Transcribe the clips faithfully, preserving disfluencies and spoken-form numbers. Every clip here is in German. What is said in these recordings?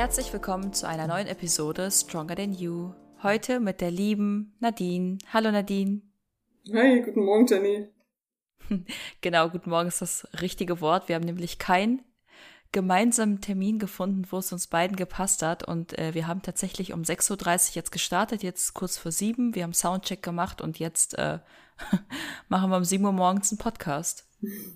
Herzlich willkommen zu einer neuen Episode Stronger Than You. Heute mit der lieben Nadine. Hallo Nadine. Hi, guten Morgen Jenny. Genau, guten Morgen ist das richtige Wort. Wir haben nämlich keinen gemeinsamen Termin gefunden, wo es uns beiden gepasst hat. Und äh, wir haben tatsächlich um sechs Uhr dreißig jetzt gestartet, jetzt kurz vor sieben. Wir haben Soundcheck gemacht und jetzt äh, machen wir um sieben Uhr morgens einen Podcast.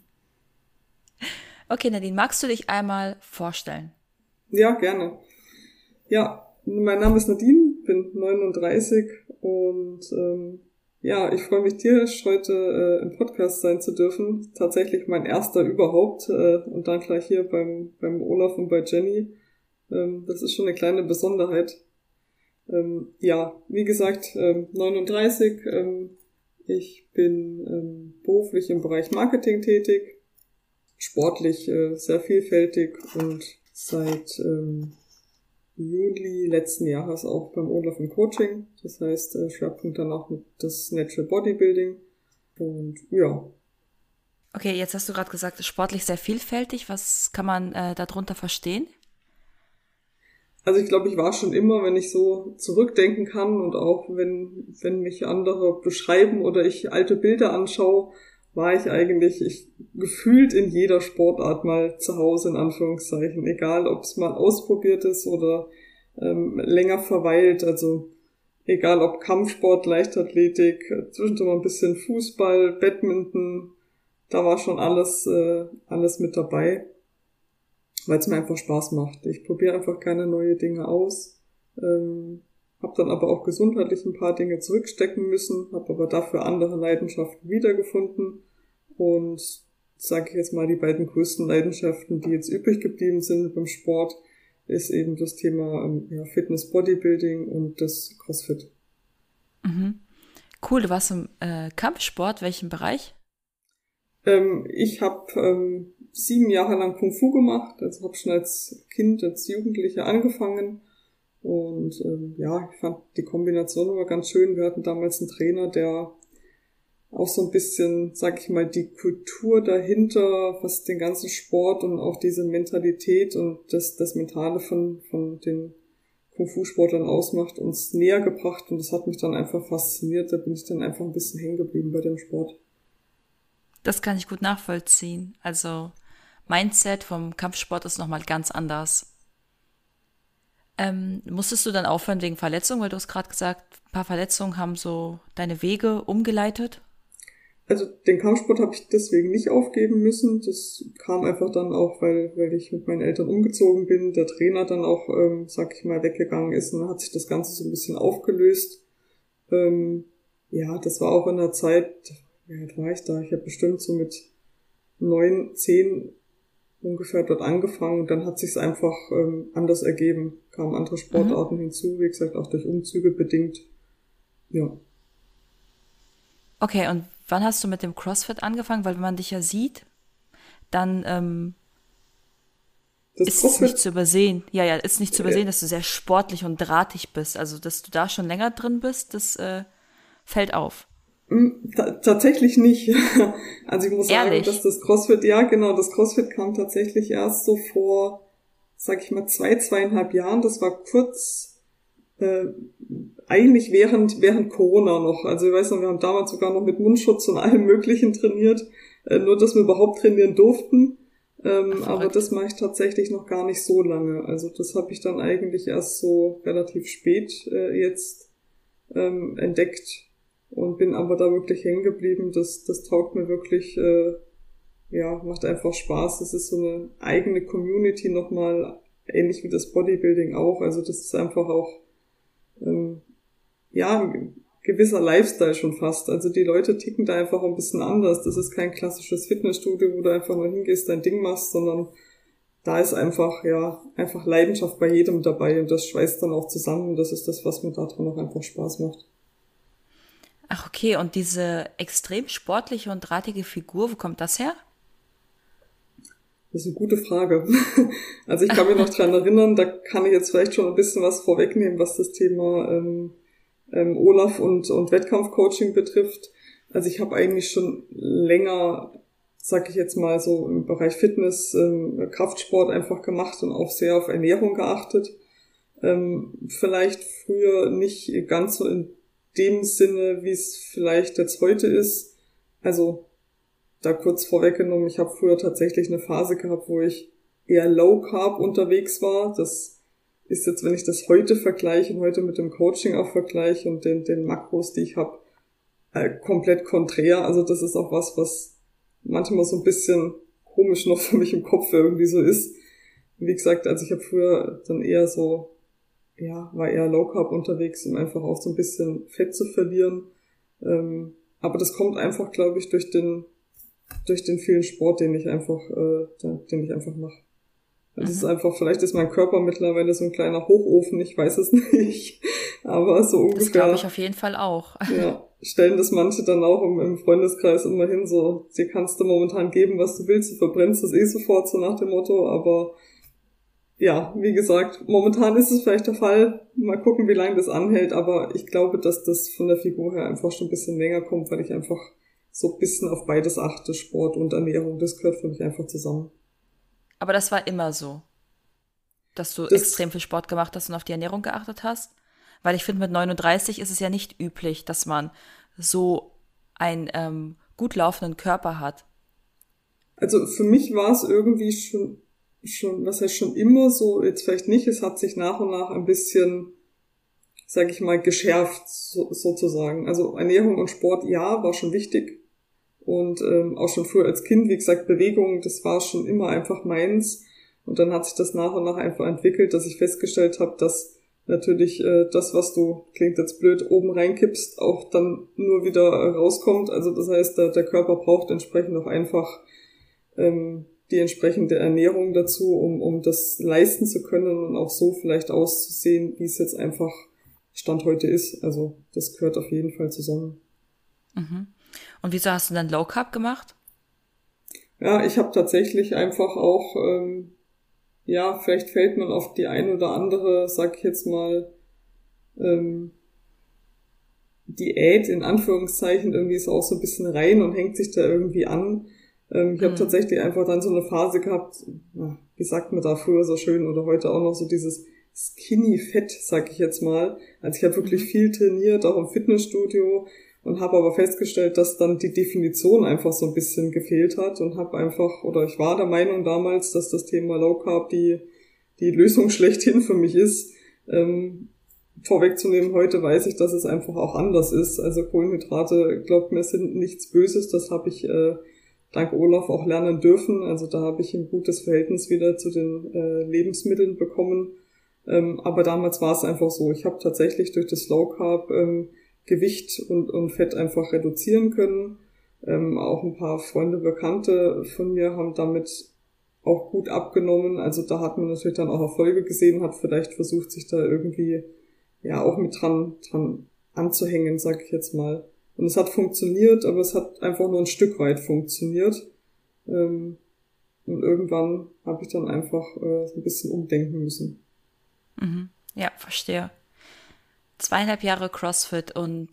Okay, Nadine, magst du dich einmal vorstellen? Ja, gerne. Ja, mein Name ist Nadine, bin neununddreißig und ähm, ja, ich freue mich tierisch, heute äh, im Podcast sein zu dürfen. Tatsächlich mein erster überhaupt äh, und dann gleich hier beim beim Olaf und bei Jenny. Ähm, das ist schon eine kleine Besonderheit. Ähm, ja, wie gesagt, ähm, neununddreißig. Ähm, ich bin ähm, beruflich im Bereich Marketing tätig, sportlich äh, sehr vielfältig und seit ähm, Juli letzten Jahres auch beim Olaf im Coaching. Das heißt, äh, Schwerpunkt dann auch mit das Natural Bodybuilding. Und ja. Okay, jetzt hast du gerade gesagt, sportlich sehr vielfältig. Was kann man äh, darunter verstehen? Also ich glaube, ich war schon immer, wenn ich so zurückdenken kann und auch wenn wenn mich andere beschreiben oder ich alte Bilder anschaue, war ich eigentlich ich gefühlt in jeder Sportart mal zu Hause, in Anführungszeichen. Egal, ob es mal ausprobiert ist oder ähm, länger verweilt. Also egal, ob Kampfsport, Leichtathletik, zwischendurch mal ein bisschen Fußball, Badminton. Da war schon alles äh, alles mit dabei, weil es mir einfach Spaß macht. Ich probiere einfach keine neue Dinge aus. Ähm, habe dann aber auch gesundheitlich ein paar Dinge zurückstecken müssen, habe aber dafür andere Leidenschaften wiedergefunden und sage ich jetzt mal, die beiden größten Leidenschaften, die jetzt übrig geblieben sind beim Sport, ist eben das Thema ähm, ja, Fitness, Bodybuilding und das CrossFit. Mhm. Cool, du warst im äh, Kampfsport. Welchen Bereich? Ähm, ich habe ähm, sieben Jahre lang Kung Fu gemacht, also habe schon als Kind, als Jugendlicher angefangen. Und ähm, ja, ich fand die Kombination immer ganz schön. Wir hatten damals einen Trainer, der auch so ein bisschen, sag ich mal, die Kultur dahinter, was den ganzen Sport und auch diese Mentalität und das, das Mentale von, von den Kung-Fu-Sportlern ausmacht, uns näher gebracht. Und das hat mich dann einfach fasziniert. Da bin ich dann einfach ein bisschen hängen geblieben bei dem Sport. Das kann ich gut nachvollziehen. Also Mindset vom Kampfsport ist nochmal ganz anders. Ähm, musstest du dann aufhören wegen Verletzungen, weil du hast gerade gesagt, ein paar Verletzungen haben so deine Wege umgeleitet? Also den Kampfsport habe ich deswegen nicht aufgeben müssen. Das kam einfach dann auch, weil weil ich mit meinen Eltern umgezogen bin, der Trainer dann auch, ähm, sag ich mal, weggegangen ist und dann hat sich das Ganze so ein bisschen aufgelöst. Ähm, ja, das war auch in der Zeit, wie alt war ich da? Ich habe bestimmt so mit neun, zehn ungefähr dort angefangen und dann hat sich's einfach ähm, anders ergeben. Kamen andere Sportarten Mhm. hinzu, wie gesagt, auch durch Umzüge bedingt. Ja. Okay, und wann hast du mit dem CrossFit angefangen? Weil wenn man dich ja sieht, dann ähm, Das ist es nicht CrossFit, zu übersehen. Ja, ja, ist nicht zu äh, übersehen, dass du sehr sportlich und drahtig bist. Also, dass du da schon länger drin bist, das äh, fällt auf. Hm, ta- tatsächlich nicht. Also ich muss sagen, dass Ehrlich. das CrossFit, ja genau, das CrossFit kam tatsächlich erst so vor, sag ich mal, zwei, zweieinhalb Jahren. Das war kurz, äh, eigentlich während während Corona noch. Also ich weiß noch, wir haben damals sogar noch mit Mundschutz und allem Möglichen trainiert, äh, nur dass wir überhaupt trainieren durften. Ach, Ähm, aber verrückt. das mache ich tatsächlich noch gar nicht so lange. Also das habe ich dann eigentlich erst so relativ spät äh, jetzt ähm, entdeckt und bin aber da wirklich hängen geblieben. Das, das taugt mir wirklich, äh, ja, macht einfach Spaß. Das ist so eine eigene Community nochmal, ähnlich wie das Bodybuilding auch. Also das ist einfach auch, ähm, ja, ein gewisser Lifestyle schon fast. Also die Leute ticken da einfach ein bisschen anders. Das ist kein klassisches Fitnessstudio, wo du einfach nur hingehst, dein Ding machst, sondern da ist einfach, ja, einfach Leidenschaft bei jedem dabei und das schweißt dann auch zusammen. Das ist das, was mir daran auch einfach Spaß macht. Ach, okay, und diese extrem sportliche und drahtige Figur, wo kommt das her? Das ist eine gute Frage. Also ich kann mich noch dran erinnern, da kann ich jetzt vielleicht schon ein bisschen was vorwegnehmen, was das Thema ähm, ähm, Olaf und, und Wettkampfcoaching betrifft. Also ich habe eigentlich schon länger sag ich jetzt mal so im Bereich Fitness, ähm, Kraftsport einfach gemacht und auch sehr auf Ernährung geachtet. Ähm, vielleicht früher nicht ganz so in dem Sinne, wie es vielleicht jetzt heute ist. Also da kurz vorweggenommen, ich habe früher tatsächlich eine Phase gehabt, wo ich eher Low Carb unterwegs war. Das ist jetzt, wenn ich das heute vergleiche und heute mit dem Coaching auch vergleiche und den, den Makros, die ich habe, äh, komplett konträr. Also das ist auch was, was manchmal so ein bisschen komisch noch für mich im Kopf irgendwie so ist. Wie gesagt, also ich habe früher dann eher so, ja, war eher Low Carb unterwegs, um einfach auch so ein bisschen Fett zu verlieren. Ähm, aber das kommt einfach, glaube ich, durch den durch den vielen Sport, den ich einfach, äh, den ich einfach mache. Das mhm. ist einfach, vielleicht ist mein Körper mittlerweile so ein kleiner Hochofen, ich weiß es nicht, aber so ungefähr. Das glaube ich auf jeden Fall auch. Ja, stellen das manche dann auch im, im Freundeskreis immer hin, so, dir kannst du momentan geben, was du willst, du verbrennst das eh sofort, so nach dem Motto, aber ja, wie gesagt, momentan ist es vielleicht der Fall, mal gucken, wie lange das anhält, aber ich glaube, dass das von der Figur her einfach schon ein bisschen länger kommt, weil ich einfach so ein bisschen auf beides achte, Sport und Ernährung, das gehört für mich einfach zusammen. Aber das war immer so, dass du das extrem viel Sport gemacht hast und auf die Ernährung geachtet hast? Weil ich finde, mit neununddreißig ist es ja nicht üblich, dass man so einen ähm, gut laufenden Körper hat. Also für mich war es irgendwie schon, schon, was heißt schon immer so, jetzt vielleicht nicht, es hat sich nach und nach ein bisschen, sag ich mal, geschärft so, sozusagen. Also Ernährung und Sport, ja, war schon wichtig. Und ähm, auch schon früher als Kind, wie gesagt, Bewegung, das war schon immer einfach meins. Und dann hat sich das nach und nach einfach entwickelt, dass ich festgestellt habe, dass natürlich äh, das, was du, klingt jetzt blöd, oben reinkippst, auch dann nur wieder äh, rauskommt. Also das heißt, der, der Körper braucht entsprechend auch einfach ähm, die entsprechende Ernährung dazu, um, um das leisten zu können und auch so vielleicht auszusehen, wie es jetzt einfach Stand heute ist. Also das gehört auf jeden Fall zusammen. Mhm. Und wieso hast du dann Low Carb gemacht? Ja, ich habe tatsächlich einfach auch, ähm, ja, vielleicht fällt man auf die ein oder andere, sag ich jetzt mal, ähm, Diät in Anführungszeichen irgendwie ist auch so ein bisschen rein und hängt sich da irgendwie an. Ähm, ich habe mhm. tatsächlich einfach dann so eine Phase gehabt, na, wie sagt man da früher so schön oder heute auch noch so dieses Skinny Fett, sag ich jetzt mal. Also ich habe wirklich mhm. viel trainiert, auch im Fitnessstudio. Und habe aber festgestellt, dass dann die Definition einfach so ein bisschen gefehlt hat und habe einfach, oder ich war der Meinung damals, dass das Thema Low Carb die die Lösung schlechthin für mich ist. Ähm, vorwegzunehmen, heute weiß ich, dass es einfach auch anders ist. Also Kohlenhydrate, glaubt mir, sind nichts Böses. Das habe ich äh, dank Olaf auch lernen dürfen. Also da habe ich ein gutes Verhältnis wieder zu den äh, Lebensmitteln bekommen. Ähm, aber damals war es einfach so. Ich habe tatsächlich durch das Low Carb ähm, Gewicht und, und Fett einfach reduzieren können. Ähm, auch ein paar Freunde, Bekannte von mir haben damit auch gut abgenommen. Also da hat man natürlich dann auch Erfolge gesehen, hat vielleicht versucht, sich da irgendwie ja auch mit dran, dran anzuhängen, sag ich jetzt mal. Und es hat funktioniert, aber es hat einfach nur ein Stück weit funktioniert. Ähm, und irgendwann habe ich dann einfach äh, ein bisschen umdenken müssen. Mhm. Ja, verstehe. Zweieinhalb Jahre CrossFit und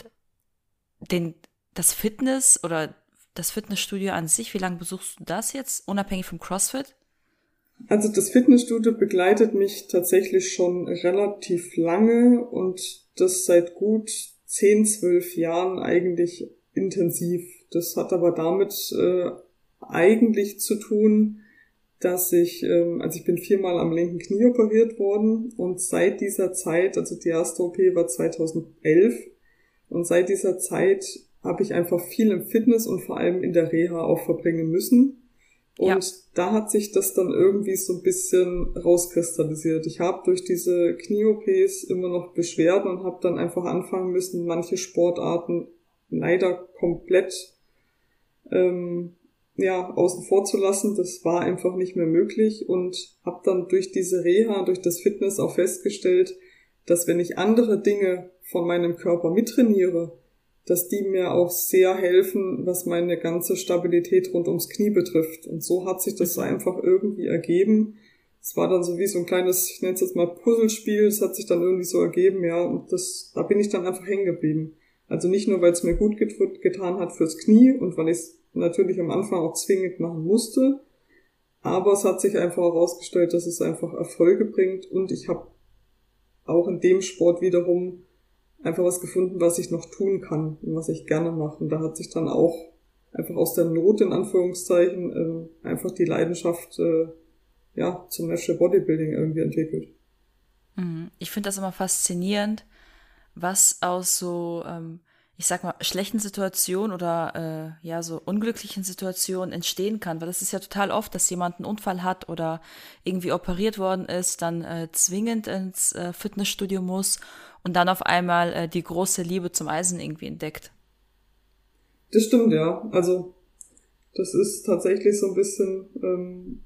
den, das Fitness oder das Fitnessstudio an sich, wie lange besuchst du das jetzt, unabhängig vom CrossFit? Also das Fitnessstudio begleitet mich tatsächlich schon relativ lange und das seit gut zehn, zwölf Jahren eigentlich intensiv. Das hat aber damit äh, eigentlich zu tun, dass ich, ähm, also ich bin viermal am linken Knie operiert worden und seit dieser Zeit, also die erste O P war zweitausendelf und seit dieser Zeit habe ich einfach viel im Fitness und vor allem in der Reha auch verbringen müssen. Und ja. da hat sich das dann irgendwie so ein bisschen rauskristallisiert. Ich habe durch diese Knie-O Ps immer noch Beschwerden und habe dann einfach anfangen müssen, manche Sportarten leider komplett ähm, ja außen vor zu lassen. Das war einfach nicht mehr möglich und habe dann durch diese Reha, durch das Fitness auch festgestellt, dass wenn ich andere Dinge von meinem Körper mittrainiere, dass die mir auch sehr helfen, was meine ganze Stabilität rund ums Knie betrifft. Und so hat sich das einfach irgendwie ergeben. Es war dann so wie so ein kleines, ich nenne es jetzt mal Puzzlespiel, es hat sich dann irgendwie so ergeben, ja, und das, da bin ich dann einfach hängen geblieben. Also nicht nur, weil es mir gut get- getan hat fürs Knie und weil ich es natürlich am Anfang auch zwingend machen musste. Aber es hat sich einfach herausgestellt, dass es einfach Erfolge bringt und ich habe auch in dem Sport wiederum einfach was gefunden, was ich noch tun kann und was ich gerne mache. Und da hat sich dann auch einfach aus der Not, in Anführungszeichen, äh, einfach die Leidenschaft äh, ja, zum Natural Bodybuilding irgendwie entwickelt. Ich finde das immer faszinierend, was aus so, ähm, ich sag mal, schlechten Situationen oder äh, ja, so unglücklichen Situationen entstehen kann. Weil das ist ja total oft, dass jemand einen Unfall hat oder irgendwie operiert worden ist, dann äh, zwingend ins äh, Fitnessstudio muss und dann auf einmal äh, die große Liebe zum Eisen irgendwie entdeckt. Das stimmt, ja. Also das ist tatsächlich so ein bisschen, ähm,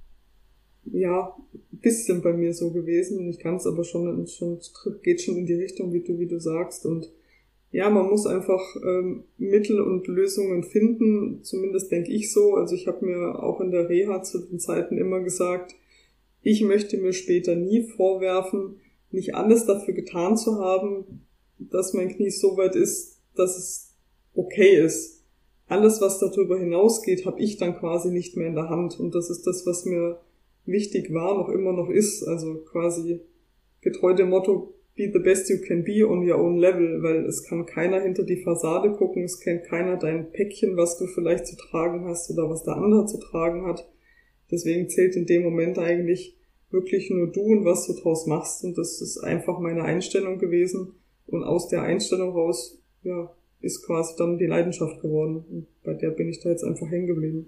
ja, ein bisschen bei mir so gewesen. Nicht ganz, aber schon, schon geht schon in die Richtung, wie du, wie du sagst. Und ja, man muss einfach ähm, Mittel und Lösungen finden. Zumindest denke ich so. Also ich habe mir auch in der Reha zu den Zeiten immer gesagt, ich möchte mir später nie vorwerfen, nicht alles dafür getan zu haben, dass mein Knie so weit ist, dass es okay ist. Alles, was darüber hinausgeht, habe ich dann quasi nicht mehr in der Hand. Und das ist das, was mir wichtig war, noch immer noch ist. Also quasi getreu dem Motto, be the best you can be on your own level, weil es kann keiner hinter die Fassade gucken, es kennt keiner dein Päckchen, was du vielleicht zu tragen hast oder was der andere zu tragen hat. Deswegen zählt in dem Moment eigentlich wirklich nur du und was du draus machst. Und das ist einfach meine Einstellung gewesen. Und aus der Einstellung raus, ja, ist quasi dann die Leidenschaft geworden. Und bei der bin ich da jetzt einfach hängen geblieben.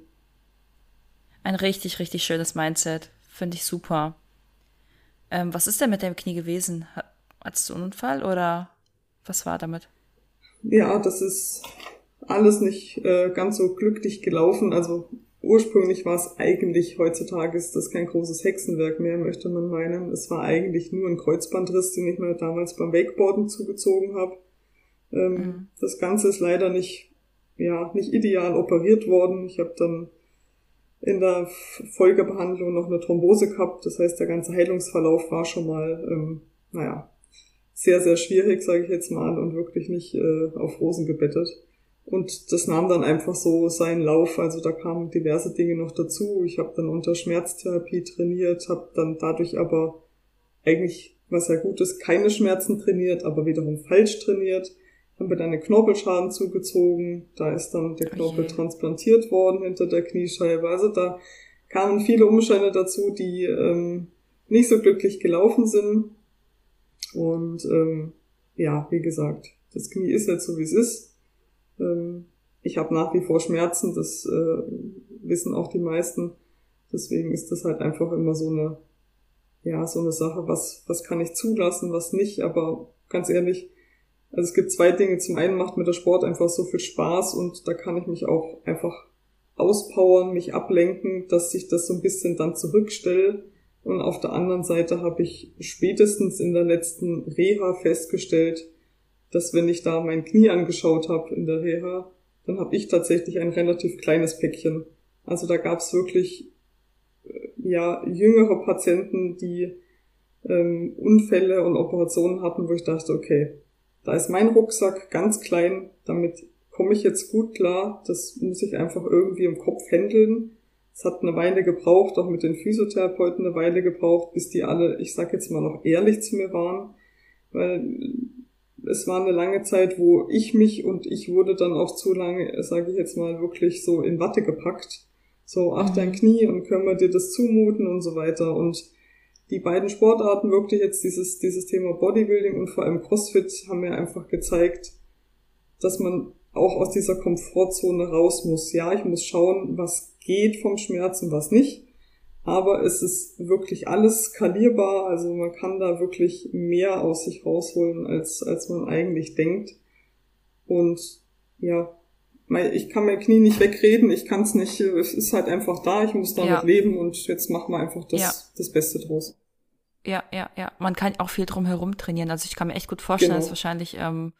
Ein richtig, richtig schönes Mindset. Finde ich super. Ähm, was ist denn mit deinem Knie gewesen? Hattest du einen Unfall oder was war damit? Ja, das ist alles nicht äh, ganz so glücklich gelaufen. Also ursprünglich war es eigentlich, heutzutage ist das kein großes Hexenwerk mehr, möchte man meinen. Es war eigentlich nur ein Kreuzbandriss, den ich mir damals beim Wakeboarden zugezogen habe. Ähm, mhm. Das Ganze ist leider nicht, ja, nicht ideal operiert worden. Ich habe dann in der Folgebehandlung noch eine Thrombose gehabt. Das heißt, der ganze Heilungsverlauf war schon mal, ähm, naja, sehr, sehr schwierig, sage ich jetzt mal, und wirklich nicht äh, auf Rosen gebettet. Und das nahm dann einfach so seinen Lauf. Also da kamen diverse Dinge noch dazu. Ich habe dann unter Schmerztherapie trainiert, habe dann dadurch aber eigentlich, was ja gut ist, keine Schmerzen trainiert, aber wiederum falsch trainiert. Haben wir dann einen Knorpelschaden zugezogen. Da ist dann der Knorpel okay. transplantiert worden hinter der Kniescheibe. Also da kamen viele Umstände dazu, die ähm, nicht so glücklich gelaufen sind. Und ähm, ja, wie gesagt, das Knie ist jetzt so, wie es ist. Ähm, ich habe nach wie vor Schmerzen, das äh, wissen auch die meisten. Deswegen ist das halt einfach immer so eine, ja, so eine Sache, was, was kann ich zulassen, was nicht. Aber ganz ehrlich, also es gibt zwei Dinge. Zum einen macht mir der Sport einfach so viel Spaß und da kann ich mich auch einfach auspowern, mich ablenken, dass ich das so ein bisschen dann zurückstelle. Und auf der anderen Seite habe ich spätestens in der letzten Reha festgestellt, dass wenn ich da mein Knie angeschaut habe in der Reha, dann habe ich tatsächlich ein relativ kleines Päckchen. Also da gab es wirklich ja jüngere Patienten, die ähm, Unfälle und Operationen hatten, wo ich dachte, okay, da ist mein Rucksack ganz klein, damit komme ich jetzt gut klar, das muss ich einfach irgendwie im Kopf handeln. Es hat eine Weile gebraucht, auch mit den Physiotherapeuten eine Weile gebraucht, bis die alle, ich sag jetzt mal, noch ehrlich zu mir waren, weil es war eine lange Zeit, wo ich mich und ich wurde dann auch zu lange, sage ich jetzt mal, wirklich so in Watte gepackt. So, ach, dein Knie und können wir dir das zumuten und so weiter. Und die beiden Sportarten, wirklich jetzt dieses, dieses Thema Bodybuilding und vor allem CrossFit haben mir einfach gezeigt, dass man auch aus dieser Komfortzone raus muss. Ja, ich muss schauen, was geht vom Schmerz und was nicht. Aber es ist wirklich alles skalierbar. Also man kann da wirklich mehr aus sich rausholen, als, als man eigentlich denkt. Und ja, ich kann mein Knie nicht wegreden. Ich kann es nicht, es ist halt einfach da. Ich muss damit ja. leben und jetzt machen wir einfach das, ja. das Beste draus. Ja, ja, ja. Man kann auch viel drum herum trainieren. Also ich kann mir echt gut vorstellen, genau. dass wahrscheinlich ähm,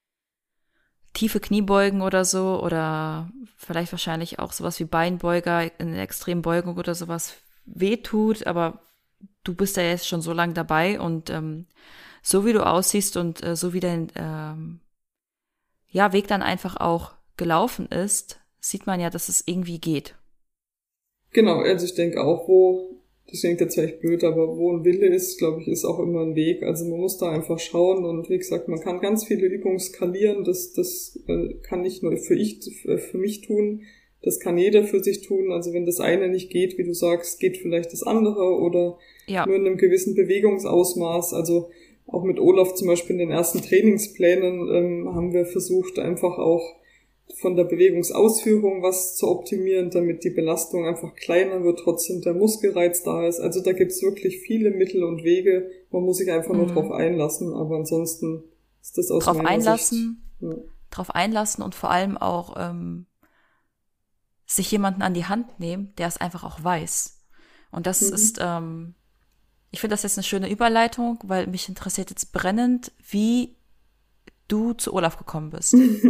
tiefe Kniebeugen oder so oder vielleicht wahrscheinlich auch sowas wie Beinbeuger in Extrembeugung oder sowas wehtut, aber du bist ja jetzt schon so lange dabei und ähm, so wie du aussiehst und äh, so wie dein ähm, ja, Weg dann einfach auch gelaufen ist, sieht man ja, dass es irgendwie geht. Genau, also ich denke auch, wo, das klingt jetzt vielleicht blöd, aber wo ein Wille ist, glaube ich, ist auch immer ein Weg. Also man muss da einfach schauen und wie gesagt, man kann ganz viele Übungen skalieren, das, das äh, kann nicht nur für ich, für mich tun, das kann jeder für sich tun. Also wenn das eine nicht geht, wie du sagst, geht vielleicht das andere oder Ja. nur in einem gewissen Bewegungsausmaß. Also auch mit Olaf zum Beispiel in den ersten Trainingsplänen ähm, haben wir versucht, einfach auch von der Bewegungsausführung was zu optimieren, damit die Belastung einfach kleiner wird, trotzdem der Muskelreiz da ist. Also da gibt's wirklich viele Mittel und Wege. Man muss sich einfach nur Mhm. drauf einlassen, aber ansonsten ist das aus Drauf meiner einlassen, Sicht... Ja. drauf einlassen und vor allem auch ähm, sich jemanden an die Hand nehmen, der es einfach auch weiß. Und das Mhm. ist, ähm, ich finde das jetzt eine schöne Überleitung, weil mich interessiert jetzt brennend, wie du zu Olaf gekommen bist.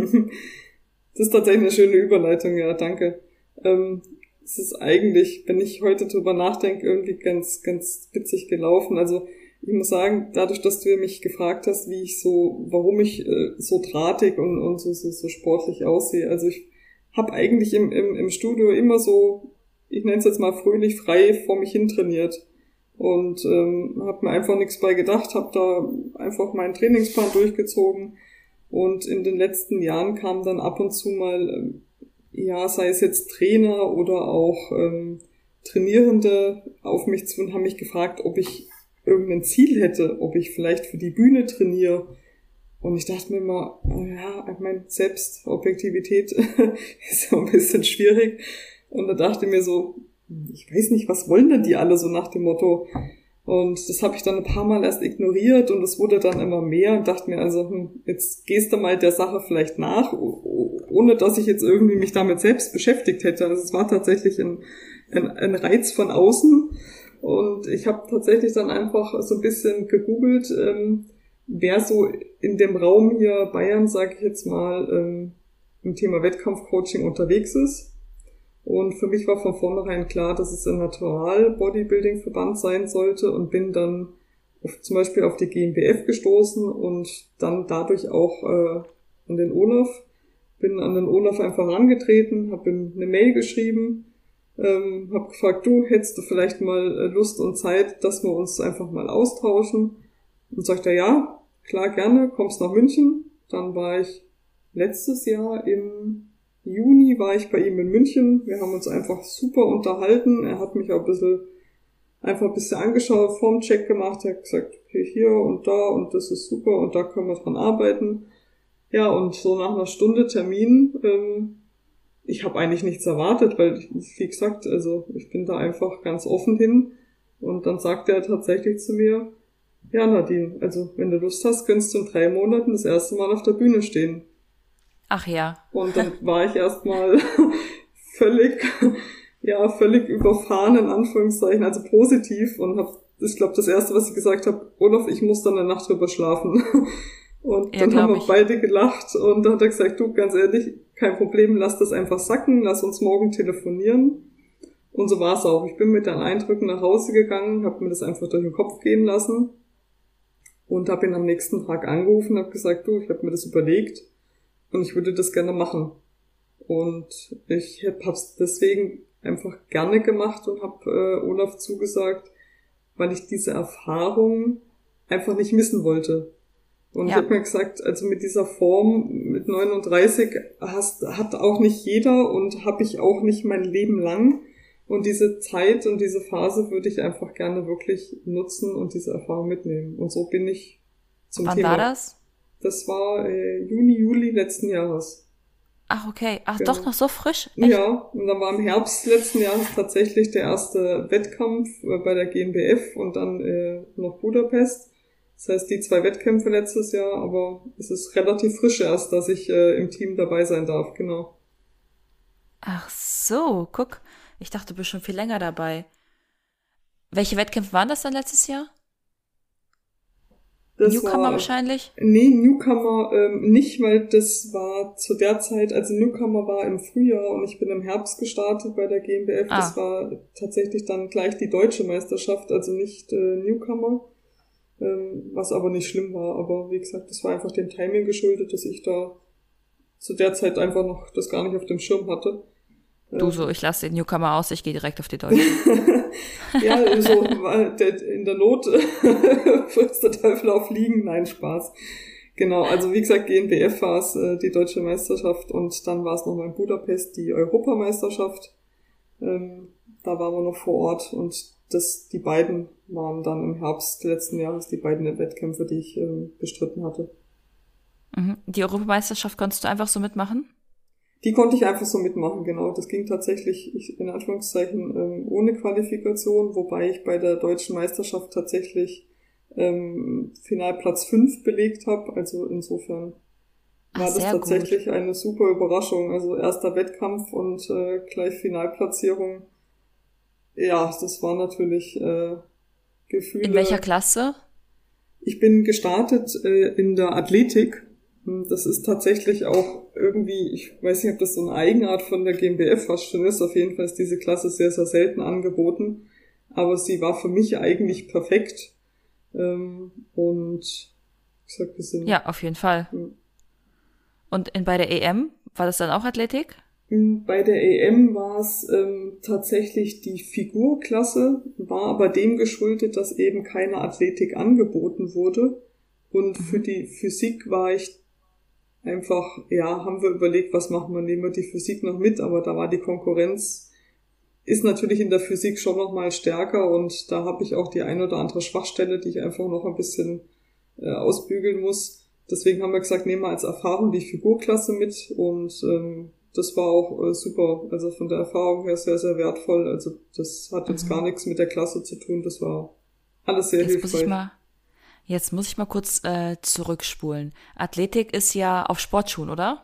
Das ist tatsächlich eine schöne Überleitung, ja, danke. Ähm, es ist eigentlich, wenn ich heute drüber nachdenke, irgendwie ganz, ganz witzig gelaufen. Also ich muss sagen, dadurch, dass du mich gefragt hast, wie ich so, warum ich äh, so drahtig und, und so, so, so sportlich aussehe. Also ich habe eigentlich im, im, im Studio immer so, ich nenne es jetzt mal fröhlich frei vor mich hin trainiert. Und ähm, habe mir einfach nichts bei gedacht, habe da einfach meinen Trainingsplan durchgezogen. Und in den letzten Jahren kam dann ab und zu mal, ähm, ja, sei es jetzt Trainer oder auch ähm, Trainierende auf mich zu und haben mich gefragt, ob ich irgendein Ziel hätte, ob ich vielleicht für die Bühne trainiere. Und ich dachte mir immer, ja, ich meine, Selbstobjektivität ist so ein bisschen schwierig. Und da dachte ich mir so, ich weiß nicht, was wollen denn die alle so nach dem Motto? Und das habe ich dann ein paar Mal erst ignoriert und es wurde dann immer mehr und dachte mir also, hm, jetzt gehst du mal der Sache vielleicht nach, ohne dass ich jetzt irgendwie mich damit selbst beschäftigt hätte. Also es war tatsächlich ein, ein, ein Reiz von außen und ich habe tatsächlich dann einfach so ein bisschen gegoogelt, ähm, wer so in dem Raum hier Bayern, sage ich jetzt mal, ähm, im Thema Wettkampfcoaching unterwegs ist. Und für mich war von vornherein klar, dass es ein Natural-Bodybuilding-Verband sein sollte und bin dann auf, zum Beispiel auf die G m B F gestoßen und dann dadurch auch äh, an den Olaf. Bin an den Olaf einfach herangetreten, habe ihm eine Mail geschrieben, ähm, habe gefragt, du, hättest du vielleicht mal Lust und Zeit, dass wir uns einfach mal austauschen? Und sagt er, ja, klar, gerne, kommst nach München. Dann war ich letztes Jahr im Juni war ich bei ihm in München. Wir haben uns einfach super unterhalten. Er hat mich auch ein bisschen, einfach ein bisschen angeschaut, Formcheck gemacht. Er hat gesagt, okay, hier und da und das ist super und da können wir dran arbeiten. Ja, und so nach einer Stunde Termin, ähm, ich habe eigentlich nichts erwartet, weil, ich, wie gesagt, also ich bin da einfach ganz offen hin. Und dann sagt er tatsächlich zu mir, ja Nadine, also wenn du Lust hast, könntest du in drei Monaten das erste Mal auf der Bühne stehen. Ach ja. Und dann war ich erstmal völlig, ja, völlig überfahren, in Anführungszeichen, also positiv und hab, ich glaube, das erste, was ich gesagt habe, Olaf, ich muss dann eine Nacht drüber schlafen. Und Ja, dann haben wir ich. beide gelacht und dann hat er gesagt, du, ganz ehrlich, kein Problem, lass das einfach sacken, lass uns morgen telefonieren. Und so war es auch. Ich bin mit den Eindrücken nach Hause gegangen, habe mir das einfach durch den Kopf gehen lassen und habe ihn am nächsten Tag angerufen, habe gesagt, du, ich habe mir das überlegt und ich würde das gerne machen. Und ich habe es deswegen einfach gerne gemacht und habe äh, Olaf zugesagt, weil ich diese Erfahrung einfach nicht missen wollte. Und ja. Ich habe mir gesagt, also mit dieser Form, mit neununddreißig, hast, hat auch nicht jeder und habe ich auch nicht mein Leben lang. Und diese Zeit und diese Phase würde ich einfach gerne wirklich nutzen und diese Erfahrung mitnehmen. Und so bin ich zum Wann Thema. Wann war das? Das war äh, Juni, Juli letzten Jahres. Ach, okay. Ach, Genau. doch noch so frisch? Echt? Ja, und dann war im Herbst letzten Jahres tatsächlich der erste Wettkampf äh, bei der G m B F und dann äh, noch Budapest. Das heißt, die zwei Wettkämpfe letztes Jahr, aber es ist relativ frisch erst, dass ich äh, im Team dabei sein darf, genau. Ach so, guck. Ich dachte, du bist schon viel länger dabei. Welche Wettkämpfe waren das dann letztes Jahr? Das Newcomer war, wahrscheinlich? Nee, Newcomer ähm, nicht, weil das war zu der Zeit, also Newcomer war im Frühjahr und ich bin im Herbst gestartet bei der G m B F. Ah. Das war tatsächlich dann gleich die deutsche Meisterschaft, also nicht äh, Newcomer. Ähm, was aber nicht schlimm war, aber wie gesagt, das war einfach dem Timing geschuldet, dass ich da zu der Zeit einfach noch das gar nicht auf dem Schirm hatte. Du so, ich lasse den Newcomer aus, ich gehe direkt auf die Deutsche. Ja, so in der Not frisst der Teufel auf Fliegen. Nein, Spaß. Genau, also wie gesagt, G N B F war es, äh, die Deutsche Meisterschaft, und dann war es nochmal in Budapest die Europameisterschaft. Ähm, da waren wir noch vor Ort, und das, die beiden waren dann im Herbst letzten Jahres die beiden Wettkämpfe, die ich ähm, bestritten hatte. Mhm. Die Europameisterschaft konntest du einfach so mitmachen? Die konnte ich einfach so mitmachen, genau. Das ging tatsächlich, ich, in Anführungszeichen, ähm, ohne Qualifikation, wobei ich bei der Deutschen Meisterschaft tatsächlich ähm, Finalplatz fünf belegt habe. Also insofern war Ach, das tatsächlich gut. Eine super Überraschung. Also erster Wettkampf und äh, gleich Finalplatzierung. Ja, das war natürlich äh, Gefühle. In welcher Klasse? Ich bin gestartet äh, in der Athletik. Das ist tatsächlich auch irgendwie, ich weiß nicht, ob das so eine Eigenart von der G m B F fast schon ist. Auf jeden Fall ist diese Klasse sehr, sehr selten angeboten. Aber sie war für mich eigentlich perfekt. Ähm, und ich sag, wir sind... Ja, auf jeden Fall. Ja. Und in, bei der E M, war das dann auch Athletik? Bei der E M war es ähm, tatsächlich die Figurklasse, war aber dem geschuldet, dass eben keine Athletik angeboten wurde. Und mhm. für die Physik war ich einfach, ja, haben wir überlegt, was machen wir, nehmen wir die Physik noch mit, aber da war die Konkurrenz, ist natürlich in der Physik schon noch mal stärker, und da habe ich auch die ein oder andere Schwachstelle, die ich einfach noch ein bisschen äh, ausbügeln muss. Deswegen haben wir gesagt, nehmen wir als Erfahrung die Figurklasse mit, und ähm, das war auch äh, super, also von der Erfahrung her sehr, sehr wertvoll. Also das hat jetzt mhm. gar nichts mit der Klasse zu tun, das war alles sehr jetzt hilfreich. Muss ich mal Jetzt muss ich mal kurz äh, zurückspulen. Athletik ist ja auf Sportschuhen, oder?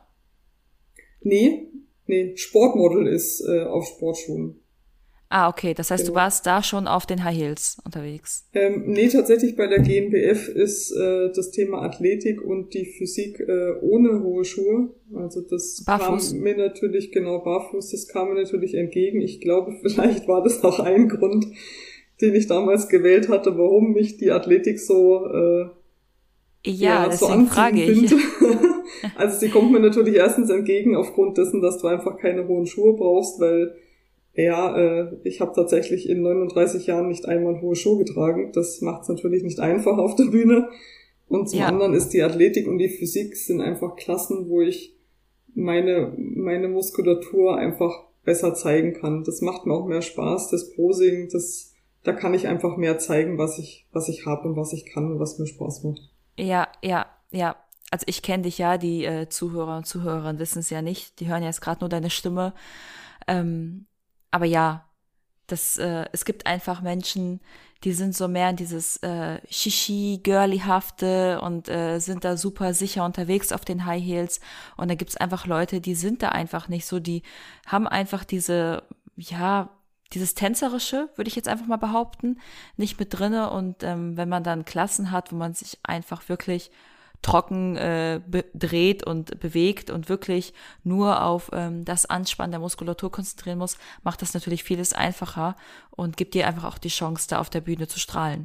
Nee, nee, Sportmodel ist äh, auf Sportschuhen. Ah, okay, das heißt, genau. Du warst da schon auf den High Heels unterwegs. Ähm, nee, tatsächlich bei der G n B F ist äh, das Thema Athletik und die Physik äh, ohne hohe Schuhe. Also das barfuß. Kam mir natürlich, genau, barfuß, das kam mir natürlich entgegen. Ich glaube, vielleicht war das auch ein Grund, den ich damals gewählt hatte, warum mich die Athletik so äh, ja, ja so anziehend findet. Also sie kommt mir natürlich erstens entgegen aufgrund dessen, dass du einfach keine hohen Schuhe brauchst, weil ja, äh, ich habe tatsächlich in neununddreißig Jahren nicht einmal hohe Schuhe getragen. Das macht es natürlich nicht einfach auf der Bühne. Und zum ja. anderen ist die Athletik und die Physik sind einfach Klassen, wo ich meine meine Muskulatur einfach besser zeigen kann. Das macht mir auch mehr Spaß, das Posing, das da kann ich einfach mehr zeigen, was ich was ich habe und was ich kann und was mir Spaß macht. Ja, ja, ja. Also ich kenne dich ja, die äh, Zuhörer und Zuhörerinnen wissen es ja nicht. Die hören jetzt gerade nur deine Stimme. Ähm, aber ja, das, äh, es gibt einfach Menschen, die sind so mehr in dieses äh, Shishi, Girly-hafte und äh, sind da super sicher unterwegs auf den High Heels. Und da gibt's einfach Leute, die sind da einfach nicht so, die haben einfach diese, ja, dieses Tänzerische, würde ich jetzt einfach mal behaupten, nicht mit drinne. Und ähm, wenn man dann Klassen hat, wo man sich einfach wirklich trocken äh, be- dreht und bewegt und wirklich nur auf ähm, das Anspannen der Muskulatur konzentrieren muss, macht das natürlich vieles einfacher und gibt dir einfach auch die Chance, da auf der Bühne zu strahlen.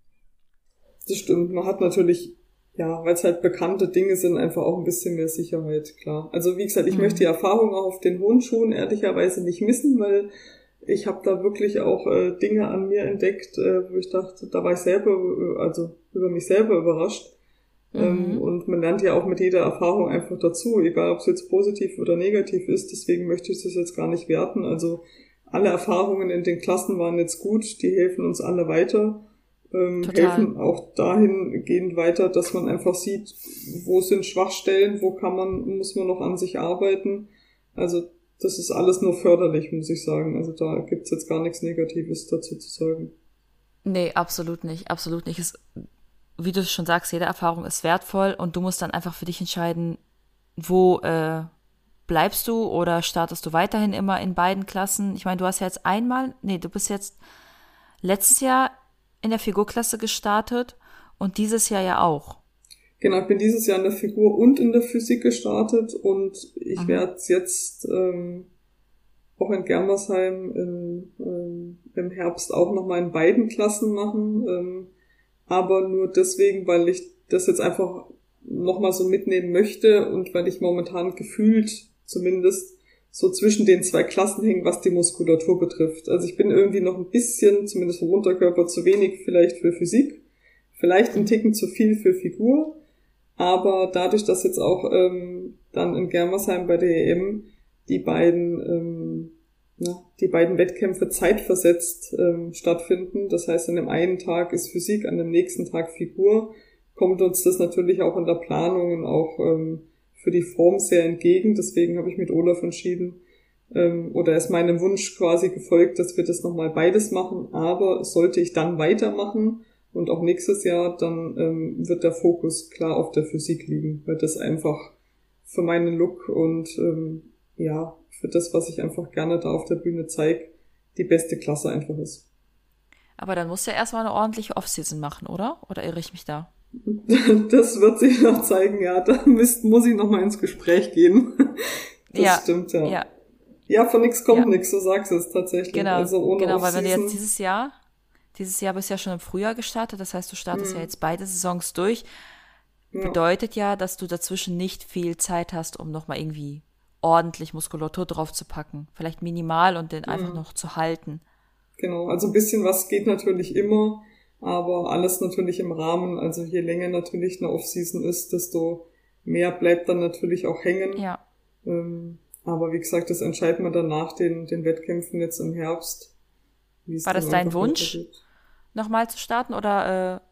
Das stimmt. Man hat natürlich, ja, weil es halt bekannte Dinge sind, einfach auch ein bisschen mehr Sicherheit, klar. Also wie gesagt, ich mhm. möchte die Erfahrung auch auf den hohen Schuhen ehrlicherweise nicht missen, weil ich habe da wirklich auch äh, Dinge an mir entdeckt, äh, wo ich dachte, da war ich selber, also über mich selber überrascht. Mhm. Und man lernt ja auch mit jeder Erfahrung einfach dazu, egal ob es jetzt positiv oder negativ ist, deswegen möchte ich das jetzt gar nicht werten. Also alle Erfahrungen in den Klassen waren jetzt gut, die helfen uns alle weiter, ähm, helfen auch dahingehend weiter, dass man einfach sieht, wo sind Schwachstellen, wo kann man, muss man noch an sich arbeiten. Also das ist alles nur förderlich, muss ich sagen. Also da gibt's jetzt gar nichts Negatives dazu zu sagen. Nee, absolut nicht, absolut nicht. Es wie du schon sagst, jede Erfahrung ist wertvoll und du musst dann einfach für dich entscheiden, wo äh, bleibst du oder startest du weiterhin immer in beiden Klassen? Ich meine, du hast ja jetzt einmal, nee, du bist jetzt letztes Jahr in der Figurklasse gestartet und dieses Jahr ja auch. Genau, ich bin dieses Jahr in der Figur und in der Physik gestartet und ich mhm. werde jetzt ähm, auch in Germersheim im, ähm, im Herbst auch nochmal in beiden Klassen machen, ähm, aber nur deswegen, weil ich das jetzt einfach nochmal so mitnehmen möchte und weil ich momentan gefühlt zumindest so zwischen den zwei Klassen hänge, was die Muskulatur betrifft. Also ich bin irgendwie noch ein bisschen, zumindest vom Unterkörper, zu wenig vielleicht für Physik, vielleicht ein Ticken zu viel für Figur, aber dadurch, dass jetzt auch ähm, dann in Germersheim bei der E M die beiden ähm, ja, die beiden Wettkämpfe zeitversetzt ähm, stattfinden, das heißt, an dem einen Tag ist Physik, an dem nächsten Tag Figur, kommt uns das natürlich auch in der Planung und auch ähm, für die Form sehr entgegen. Deswegen habe ich mit Olaf entschieden, ähm, oder ist meinem Wunsch quasi gefolgt, dass wir das nochmal beides machen. Aber sollte ich dann weitermachen und auch nächstes Jahr, dann ähm, wird der Fokus klar auf der Physik liegen, weil das einfach für meinen Look und ähm, ja, für das, was ich einfach gerne da auf der Bühne zeige, die beste Klasse einfach ist. Aber dann musst du ja erstmal eine ordentliche Offseason machen, oder? Oder irre ich mich da? Das wird sich noch zeigen, ja. Da müsst, muss ich noch mal ins Gespräch gehen. Das Ja, stimmt, ja. ja, Ja, von nix kommt ja, nix, so sagst du es tatsächlich. genau, Also ohne genau, weil wenn du jetzt Offseason. dieses Jahr, dieses Jahr bist du ja schon im Frühjahr gestartet, das heißt, du startest ja Hm, jetzt beide Saisons durch, ja, bedeutet ja, dass du dazwischen nicht viel Zeit hast, um nochmal irgendwie ordentlich Muskulatur draufzupacken. Vielleicht minimal und den einfach hm, noch zu halten. genau. Also ein bisschen was geht natürlich immer, aber alles natürlich im Rahmen. Also je länger natürlich eine Offseason ist, desto mehr bleibt dann natürlich auch hängen. Ja. Ähm, aber wie gesagt, das entscheiden wir dann nach den, den Wettkämpfen jetzt im Herbst, wie es War dann das dein einfach Wunsch, weitergeht. nochmal zu starten oder,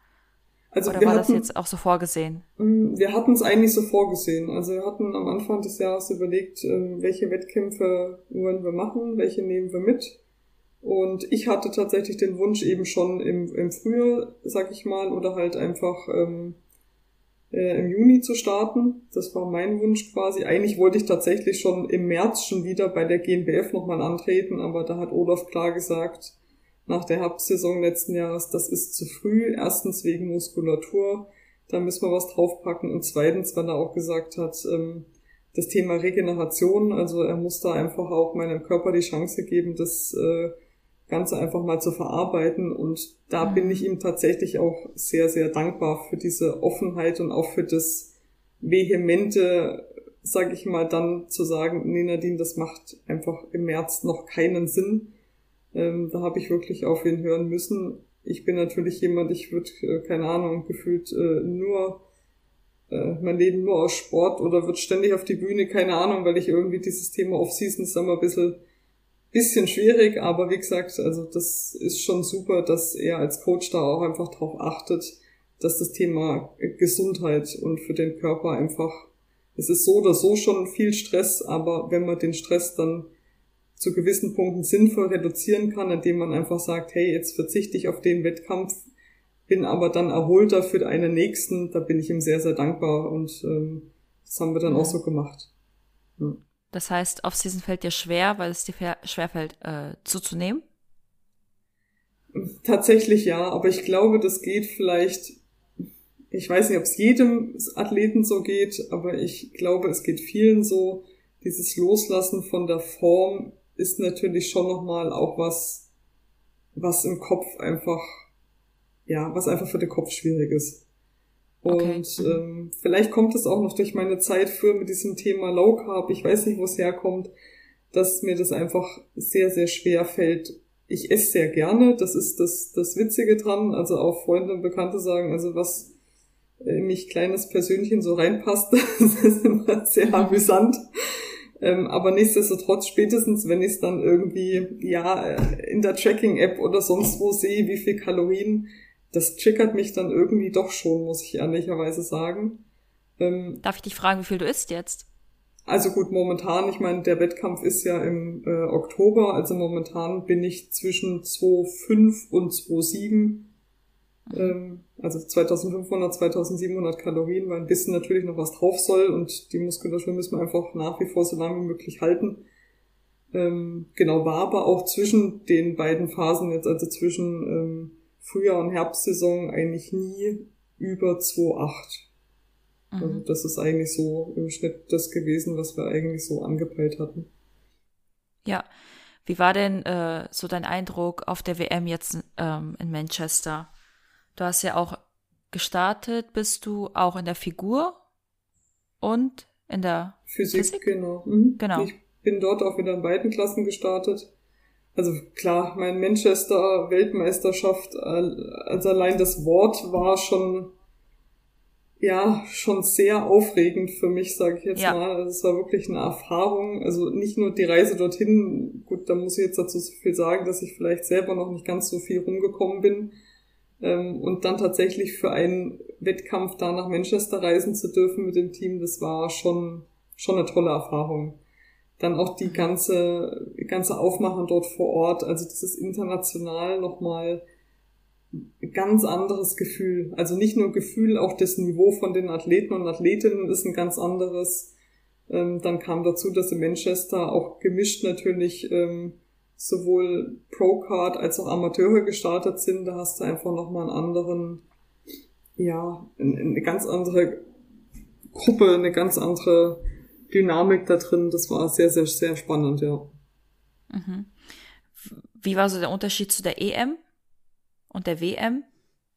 äh, Also oder wir war das hatten jetzt auch so vorgesehen? Mm, Wir hatten es eigentlich so vorgesehen. Also wir hatten am Anfang des Jahres überlegt, ähm, welche Wettkämpfe wollen wir machen, welche nehmen wir mit. Und ich hatte tatsächlich den Wunsch eben schon im, im Frühjahr, sag ich mal, oder halt einfach ähm, äh, im Juni zu starten. Das war mein Wunsch quasi. Eigentlich wollte ich tatsächlich schon im März schon wieder bei der G N B F nochmal antreten, aber da hat Olaf klar gesagt, nach der Herbstsaison letzten Jahres, das ist zu früh. Erstens wegen Muskulatur, da müssen wir was draufpacken. Und zweitens, weil er auch gesagt hat, ähm, das Thema Regeneration, also er muss da einfach auch meinem Körper die Chance geben, das äh, Ganze einfach mal zu verarbeiten. Und da bin ich Mhm. ihm tatsächlich auch sehr, sehr dankbar für diese Offenheit und auch für das vehemente, sag ich mal, dann zu sagen, nee Nadine, das macht einfach im März noch keinen Sinn. Ähm, da habe ich wirklich auf ihn hören müssen. Ich bin natürlich jemand, ich würde, äh, keine Ahnung, gefühlt äh, nur äh, mein Leben nur aus Sport oder wird ständig auf die Bühne, keine Ahnung, weil ich irgendwie dieses Thema Off-Season ist immer ein bisschen bisschen schwierig, aber wie gesagt, also das ist schon super, dass er als Coach da auch einfach drauf achtet, dass das Thema Gesundheit und für den Körper einfach, es ist so oder so schon viel Stress, aber wenn man den Stress dann zu gewissen Punkten sinnvoll reduzieren kann, indem man einfach sagt, hey, jetzt verzichte ich auf den Wettkampf, bin aber dann erholter für einen nächsten, da bin ich ihm sehr, sehr dankbar und ähm, das haben wir dann auch Mhm. so gemacht. Ja. Das heißt, Off-Season fällt dir schwer, weil es dir fer- schwerfällt, äh, zuzunehmen? Tatsächlich ja, aber ich glaube, das geht vielleicht, ich weiß nicht, ob es jedem Athleten so geht, aber ich glaube, es geht vielen so. Dieses Loslassen von der Form ist natürlich schon nochmal auch was, was im Kopf einfach, ja, was einfach für den Kopf schwierig ist. Okay. Und Mhm. ähm, vielleicht kommt es auch noch durch meine Zeit früher mit diesem Thema Low Carb, ich weiß nicht, wo es herkommt, dass mir das einfach sehr, sehr schwer fällt. Ich esse sehr gerne, das ist das, das Witzige dran, also auch Freunde und Bekannte sagen, also was in mich kleines Persönchen so reinpasst, das ist immer sehr amüsant. Ähm, aber nichtsdestotrotz, spätestens wenn ich es dann irgendwie, ja, äh, in der Tracking-App oder sonst wo sehe, wie viel Kalorien, das triggert mich dann irgendwie doch schon, muss ich ehrlicherweise sagen. Ähm, Darf ich dich fragen, wie viel du isst jetzt? Also gut, momentan, ich meine, der Wettkampf ist ja im äh, Oktober, also momentan bin ich zwischen zwei Komma fünf und zwei Komma sieben, Mhm. ähm, also zweitausendfünfhundert, zweitausendsiebenhundert Kalorien, weil ein bisschen natürlich noch was drauf soll und die Muskulatur müssen wir einfach nach wie vor so lange wie möglich halten. Ähm, genau, war aber auch zwischen den beiden Phasen jetzt, also zwischen ähm, Frühjahr- und Herbstsaison eigentlich nie über zwei Komma acht. Also Mhm. das ist eigentlich so im Schnitt das gewesen, was wir eigentlich so angepeilt hatten. Ja. Wie war denn äh, so dein Eindruck auf der W M jetzt ähm, in Manchester? Du hast ja auch gestartet bist du auch in der Figur und in der Physik, Physik? genau. Mhm. Genau. Ich bin dort auch wieder in beiden Klassen gestartet. Also klar, mein Manchester-Weltmeisterschaft, also allein das Wort war schon, ja, schon sehr aufregend für mich, sage ich jetzt Ja. mal. Also es war wirklich eine Erfahrung. Also nicht nur die Reise dorthin, gut, da muss ich jetzt dazu so viel sagen, dass ich vielleicht selber noch nicht ganz so viel rumgekommen bin. Ähm, und dann tatsächlich für einen Wettkampf da nach Manchester reisen zu dürfen mit dem Team, das war schon, schon eine tolle Erfahrung. Dann auch die ganze, ganze Aufmachen dort vor Ort, also das ist international nochmal ein ganz anderes Gefühl. Also nicht nur Gefühl, auch das Niveau von den Athleten und Athletinnen ist ein ganz anderes. Ähm, dann kam dazu, dass in Manchester auch gemischt natürlich ähm, sowohl Pro-Card als auch Amateure gestartet sind. Da hast du einfach nochmal einen anderen, ja, eine ganz andere Gruppe, eine ganz andere Dynamik da drin. Das war sehr, sehr, sehr spannend, ja. Mhm. Wie war so der Unterschied zu der E M und der W M?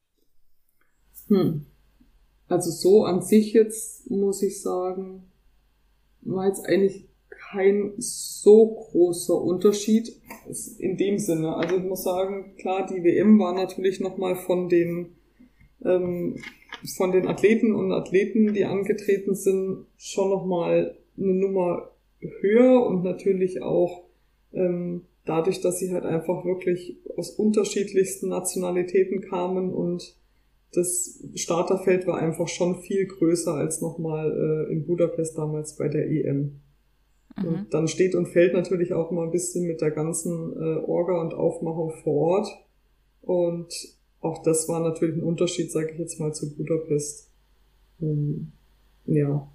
Hm. Also so an sich jetzt, muss ich sagen, war jetzt eigentlich kein so großer Unterschied in dem Sinne. Also ich muss sagen, klar, die W M war natürlich nochmal von den ähm, von den Athleten und Athleten, die angetreten sind, schon nochmal eine Nummer höher und natürlich auch ähm, dadurch, dass sie halt einfach wirklich aus unterschiedlichsten Nationalitäten kamen und das Starterfeld war einfach schon viel größer als nochmal äh, in Budapest damals bei der E M. Mhm. Und dann steht und fällt natürlich auch mal ein bisschen mit der ganzen äh, Orga und Aufmachung vor Ort. Und auch das war natürlich ein Unterschied, sage ich jetzt mal, zu Budapest. Ähm, ja.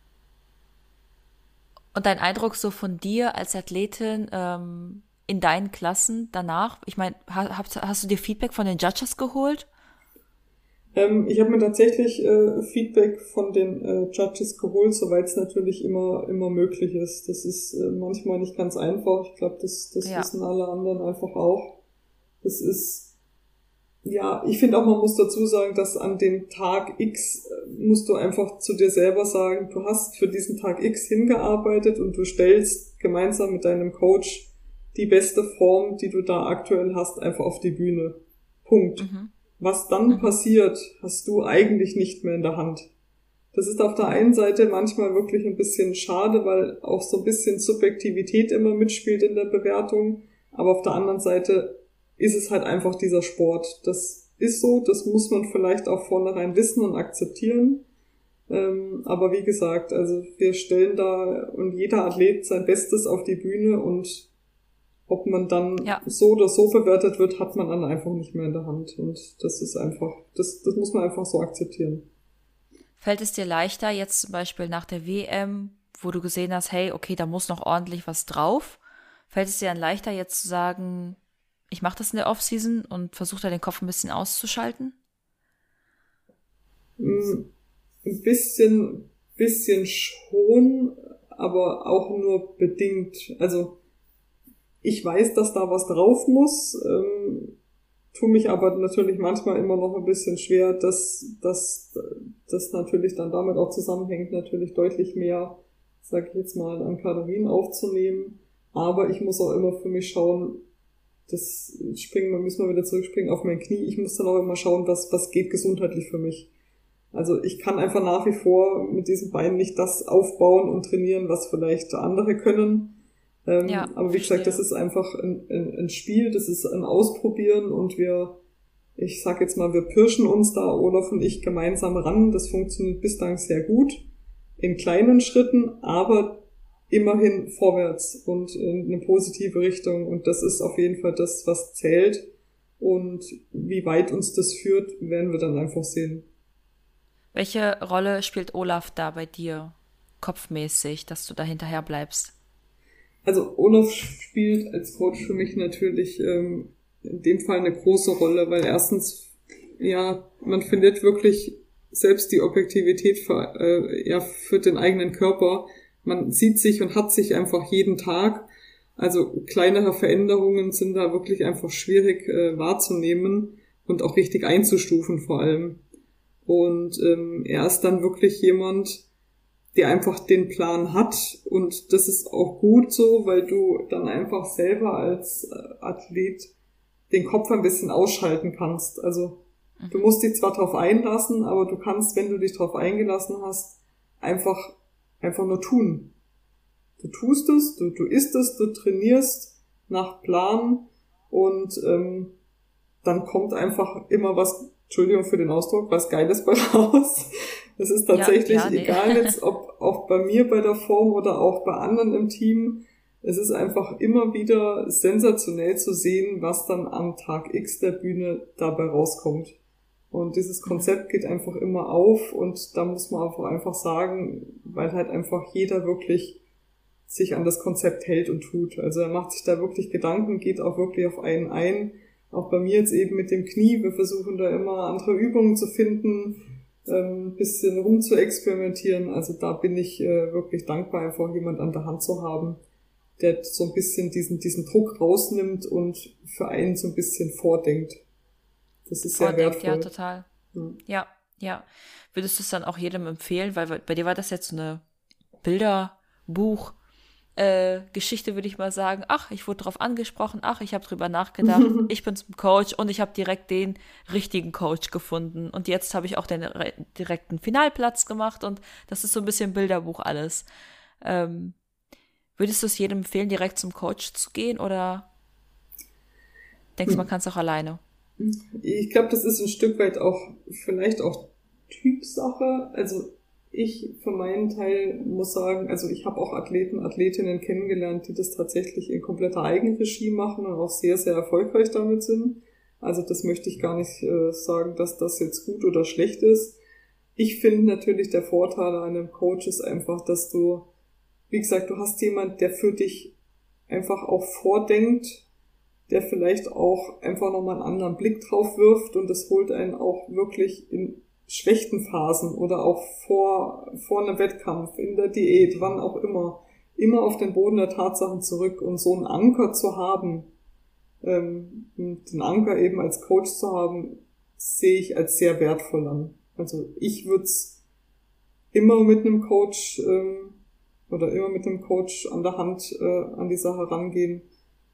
Und dein Eindruck so von dir als Athletin ähm, in deinen Klassen danach? Ich meine, hast, hast du dir Feedback von den Judges geholt? Ähm, ich habe mir tatsächlich äh, Feedback von den äh, Judges geholt, soweit es natürlich immer immer möglich ist. Das ist äh, manchmal nicht ganz einfach. Ich glaube, das, das ja. wissen alle anderen einfach auch. Das ist, ja, ich finde auch, man muss dazu sagen, dass an dem Tag X äh, musst du einfach zu dir selber sagen, du hast für diesen Tag X hingearbeitet und du stellst gemeinsam mit deinem Coach die beste Form, die du da aktuell hast, einfach auf die Bühne. Punkt. Mhm. Was dann mhm. passiert, hast du eigentlich nicht mehr in der Hand. Das ist auf der einen Seite manchmal wirklich ein bisschen schade, weil auch so ein bisschen Subjektivität immer mitspielt in der Bewertung. Aber auf der anderen Seite ist es halt einfach dieser Sport. Das ist so, das muss man vielleicht auch vornherein wissen und akzeptieren. Ähm, aber wie gesagt, also wir stellen da und jeder Athlet sein Bestes auf die Bühne und ob man dann ja. so oder so bewertet wird, hat man dann einfach nicht mehr in der Hand. Und das ist einfach, das, das muss man einfach so akzeptieren. Fällt es dir leichter, jetzt zum Beispiel nach der W M, wo du gesehen hast, hey, okay, da muss noch ordentlich was drauf, fällt es dir dann leichter, jetzt zu sagen, ich mache das in der Offseason und versuche da den Kopf ein bisschen auszuschalten? Ein bisschen, bisschen schon, aber auch nur bedingt. Also ich weiß, dass da was drauf muss, ähm, tue mich aber natürlich manchmal immer noch ein bisschen schwer, dass dass das natürlich dann damit auch zusammenhängt, natürlich deutlich mehr, sag ich jetzt mal, an Kalorien aufzunehmen. Aber ich muss auch immer für mich schauen, das springen, wir müssen wir wieder zurückspringen auf mein Knie. Ich muss dann auch immer schauen, was was geht gesundheitlich für mich. Also ich kann einfach nach wie vor mit diesen Beinen nicht das aufbauen und trainieren, was vielleicht andere können. Ähm, ja, aber wie gesagt, verstehe. Das ist einfach ein, ein, ein Spiel, das ist ein Ausprobieren und wir, ich sag jetzt mal, wir pirschen uns da, Olaf und ich, gemeinsam ran. Das funktioniert bislang sehr gut, in kleinen Schritten, aber immerhin vorwärts und in eine positive Richtung und das ist auf jeden Fall das, was zählt und wie weit uns das führt, werden wir dann einfach sehen. Welche Rolle spielt Olaf da bei dir, kopfmäßig, dass du da hinterher bleibst? Also Olaf spielt als Coach für mich natürlich ähm, in dem Fall eine große Rolle, weil erstens, ja, man findet wirklich selbst die Objektivität für, äh, ja, für den eigenen Körper. Man sieht sich und hat sich einfach jeden Tag. Also kleinere Veränderungen sind da wirklich einfach schwierig äh, wahrzunehmen und auch richtig einzustufen vor allem. Und ähm, er ist dann wirklich jemand, der einfach den Plan hat, und das ist auch gut so, weil du dann einfach selber als Athlet den Kopf ein bisschen ausschalten kannst. Also du musst dich zwar drauf einlassen, aber du kannst, wenn du dich drauf eingelassen hast, einfach einfach nur tun. Du tust es, du, du isst es, du trainierst nach Plan, und ähm, dann kommt einfach immer was, Entschuldigung für den Ausdruck, was Geiles bei raus. Das ist tatsächlich ja, ja, nee. Egal jetzt, ob auch bei mir bei der Form oder auch bei anderen im Team. Es ist einfach immer wieder sensationell zu sehen, was dann am Tag X der Bühne dabei rauskommt. Und dieses Konzept geht einfach immer auf, und da muss man auch einfach sagen, weil halt einfach jeder wirklich sich an das Konzept hält und tut. Also er macht sich da wirklich Gedanken, geht auch wirklich auf einen ein. Auch bei mir jetzt eben mit dem Knie, wir versuchen da immer andere Übungen zu finden, ein bisschen rum zu experimentieren. Also da bin ich äh, wirklich dankbar, einfach jemand an der Hand zu haben, der so ein bisschen diesen diesen Druck rausnimmt und für einen so ein bisschen vordenkt. Das ist vordenkt, sehr wertvoll. Ja, total. Hm. Ja, ja. Würdest du es dann auch jedem empfehlen? Weil bei dir war das jetzt eine Bilderbuch- Äh, Geschichte, würde ich mal sagen. Ach, ich wurde drauf angesprochen. Ach, ich habe drüber nachgedacht. Ich bin zum Coach, und ich habe direkt den richtigen Coach gefunden. Und jetzt habe ich auch den re- direkten Finalplatz gemacht, und das ist so ein bisschen Bilderbuch alles. Ähm, würdest du es jedem empfehlen, direkt zum Coach zu gehen, oder denkst du, man kann es auch alleine? Ich glaube, das ist ein Stück weit auch vielleicht auch Typsache. Also ich für meinen Teil muss sagen, also ich habe auch Athleten, Athletinnen kennengelernt, die das tatsächlich in kompletter Eigenregie machen und auch sehr, sehr erfolgreich damit sind. Also das möchte ich gar nicht äh, sagen, dass das jetzt gut oder schlecht ist. Ich finde natürlich, der Vorteil an einem Coach ist einfach, dass du, wie gesagt, du hast jemand, der für dich einfach auch vordenkt, der vielleicht auch einfach nochmal einen anderen Blick drauf wirft, und das holt einen auch wirklich in schlechten Phasen oder auch vor, vor einem Wettkampf, in der Diät, wann auch immer, immer auf den Boden der Tatsachen zurück, und so einen Anker zu haben, ähm, den Anker eben als Coach zu haben, sehe ich als sehr wertvoll an. Also ich würde es immer mit einem Coach ähm, oder immer mit einem Coach an der Hand äh, an die Sache rangehen.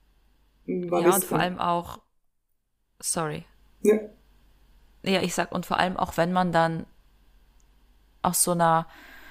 Weil ja, und vor allem auch, sorry. Ja. Ja, ich sag, und vor allem auch, wenn man dann aus so einer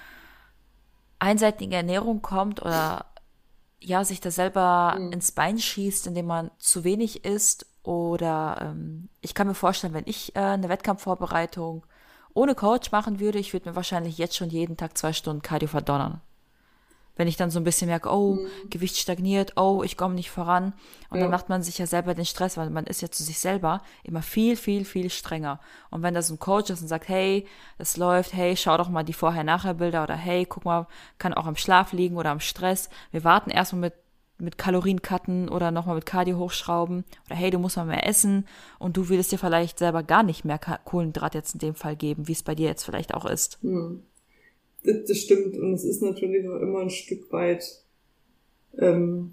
einseitigen Ernährung kommt oder ja, sich da selber mhm. ins Bein schießt, indem man zu wenig isst, oder ähm, ich kann mir vorstellen, wenn ich äh, eine Wettkampfvorbereitung ohne Coach machen würde, ich würde mir wahrscheinlich jetzt schon jeden Tag zwei Stunden Cardio verdonnern. Wenn ich dann so ein bisschen merke, oh, mhm. Gewicht stagniert, oh, ich komme nicht voran. Und ja. dann macht man sich ja selber den Stress, weil man ist ja zu sich selber immer viel, viel, viel strenger. Und wenn da so ein Coach ist und sagt, hey, das läuft, hey, schau doch mal die Vorher-Nachher-Bilder, oder hey, guck mal, kann auch am Schlaf liegen oder am Stress. Wir warten erstmal mit, mit Kalorien cutten oder nochmal mit Cardio hochschrauben. Oder hey, du musst mal mehr essen, und du würdest dir vielleicht selber gar nicht mehr Kohlenhydrat jetzt in dem Fall geben, wie es bei dir jetzt vielleicht auch ist. Mhm. Das stimmt, und es ist natürlich auch immer ein Stück weit, ähm,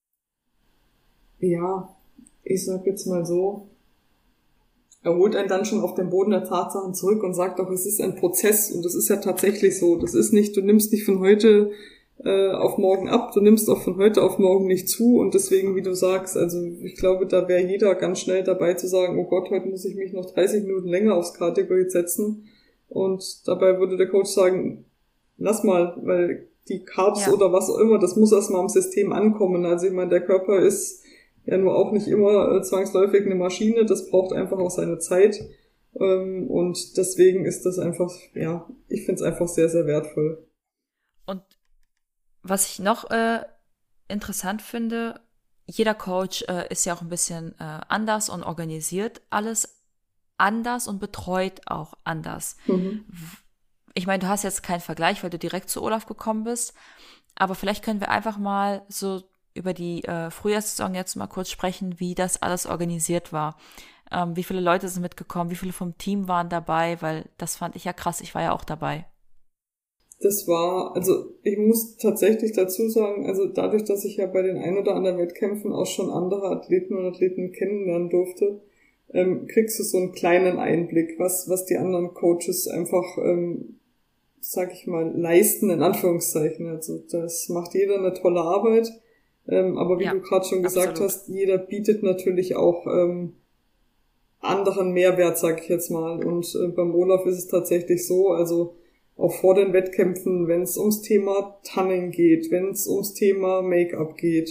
ja, ich sag jetzt mal so, er holt einen dann schon auf den Boden der Tatsachen zurück und sagt auch, es ist ein Prozess, und das ist ja tatsächlich so. Das ist nicht, du nimmst nicht von heute äh, auf morgen ab, du nimmst auch von heute auf morgen nicht zu, und deswegen, wie du sagst, also ich glaube, da wäre jeder ganz schnell dabei zu sagen, oh Gott, heute muss ich mich noch dreißig Minuten länger aufs Cardio setzen, und dabei würde der Coach sagen, lass mal, weil die Carbs ja. oder was auch immer, das muss erstmal im System ankommen. Also ich meine, der Körper ist ja nur auch nicht immer äh, zwangsläufig eine Maschine, das braucht einfach auch seine Zeit. Ähm, und deswegen ist das einfach, ja, ich finde es einfach sehr, sehr wertvoll. Und was ich noch äh, interessant finde, jeder Coach äh, ist ja auch ein bisschen äh, anders und organisiert alles anders und betreut auch anders. Mhm. Ich meine, du hast jetzt keinen Vergleich, weil du direkt zu Olaf gekommen bist, aber vielleicht können wir einfach mal so über die äh, Frühjahrssaison jetzt mal kurz sprechen, wie das alles organisiert war. Ähm, wie viele Leute sind mitgekommen, wie viele vom Team waren dabei, weil das fand ich ja krass, ich war ja auch dabei. Das war, also ich muss tatsächlich dazu sagen, also dadurch, dass ich ja bei den ein oder anderen Wettkämpfen auch schon andere Athleten und Athleten kennenlernen durfte, ähm, kriegst du so einen kleinen Einblick, was, was die anderen Coaches einfach, ähm, sag ich mal, leisten, in Anführungszeichen. Also das macht jeder eine tolle Arbeit. Ähm, aber wie Ja, du gerade schon gesagt absolut. hast, jeder bietet natürlich auch ähm, anderen Mehrwert, sag ich jetzt mal. Und äh, beim Olaf ist es tatsächlich so, also auch vor den Wettkämpfen, wenn es ums Thema Tannen geht, wenn es ums Thema Make-up geht,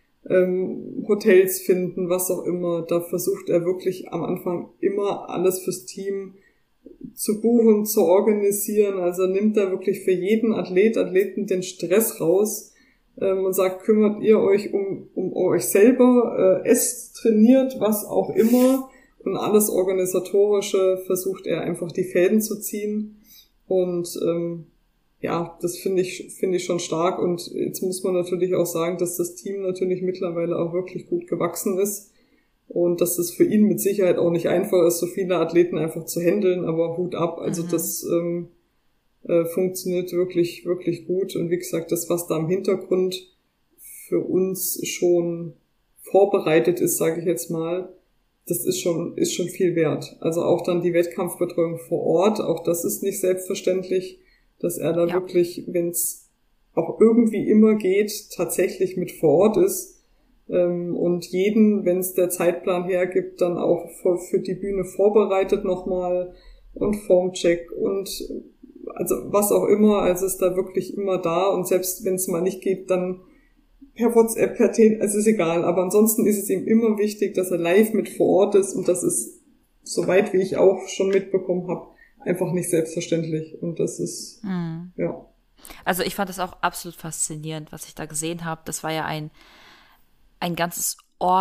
ähm, Hotels finden, was auch immer, da versucht er wirklich am Anfang immer alles fürs Team zu buchen, zu organisieren. Also nimmt er wirklich für jeden Athlet, Athleten den Stress raus ähm, und sagt, kümmert ihr euch um, um euch selber, äh, esst, trainiert, was auch immer. Und alles Organisatorische versucht er einfach die Fäden zu ziehen. Und ähm, ja, das finde ich finde ich schon stark. Und jetzt muss man natürlich auch sagen, dass das Team natürlich mittlerweile auch wirklich gut gewachsen ist. Und dass es für ihn mit Sicherheit auch nicht einfach ist, so viele Athleten einfach zu handeln, aber Hut ab. Also Mhm. das ähm, äh, funktioniert wirklich, wirklich gut. Und wie gesagt, das, was da im Hintergrund für uns schon vorbereitet ist, sage ich jetzt mal, das ist schon, ist schon viel wert. Also auch dann die Wettkampfbetreuung vor Ort, auch das ist nicht selbstverständlich, dass er da Ja. wirklich, wenn es auch irgendwie immer geht, tatsächlich mit vor Ort ist ähm, und jeden, wenn es der Zeitplan hergibt, dann auch für, für die Bühne vorbereitet nochmal und Formcheck und also was auch immer, also ist da wirklich immer da und selbst wenn es mal nicht geht, dann per WhatsApp, per Telefon, also ist egal, aber ansonsten ist es ihm immer wichtig, dass er live mit vor Ort ist und das ist, soweit wie ich auch schon mitbekommen habe, einfach nicht selbstverständlich und das ist, Mhm. ja, Also ich fand das auch absolut faszinierend, was ich da gesehen habe. Das war ja ein, ein ganzes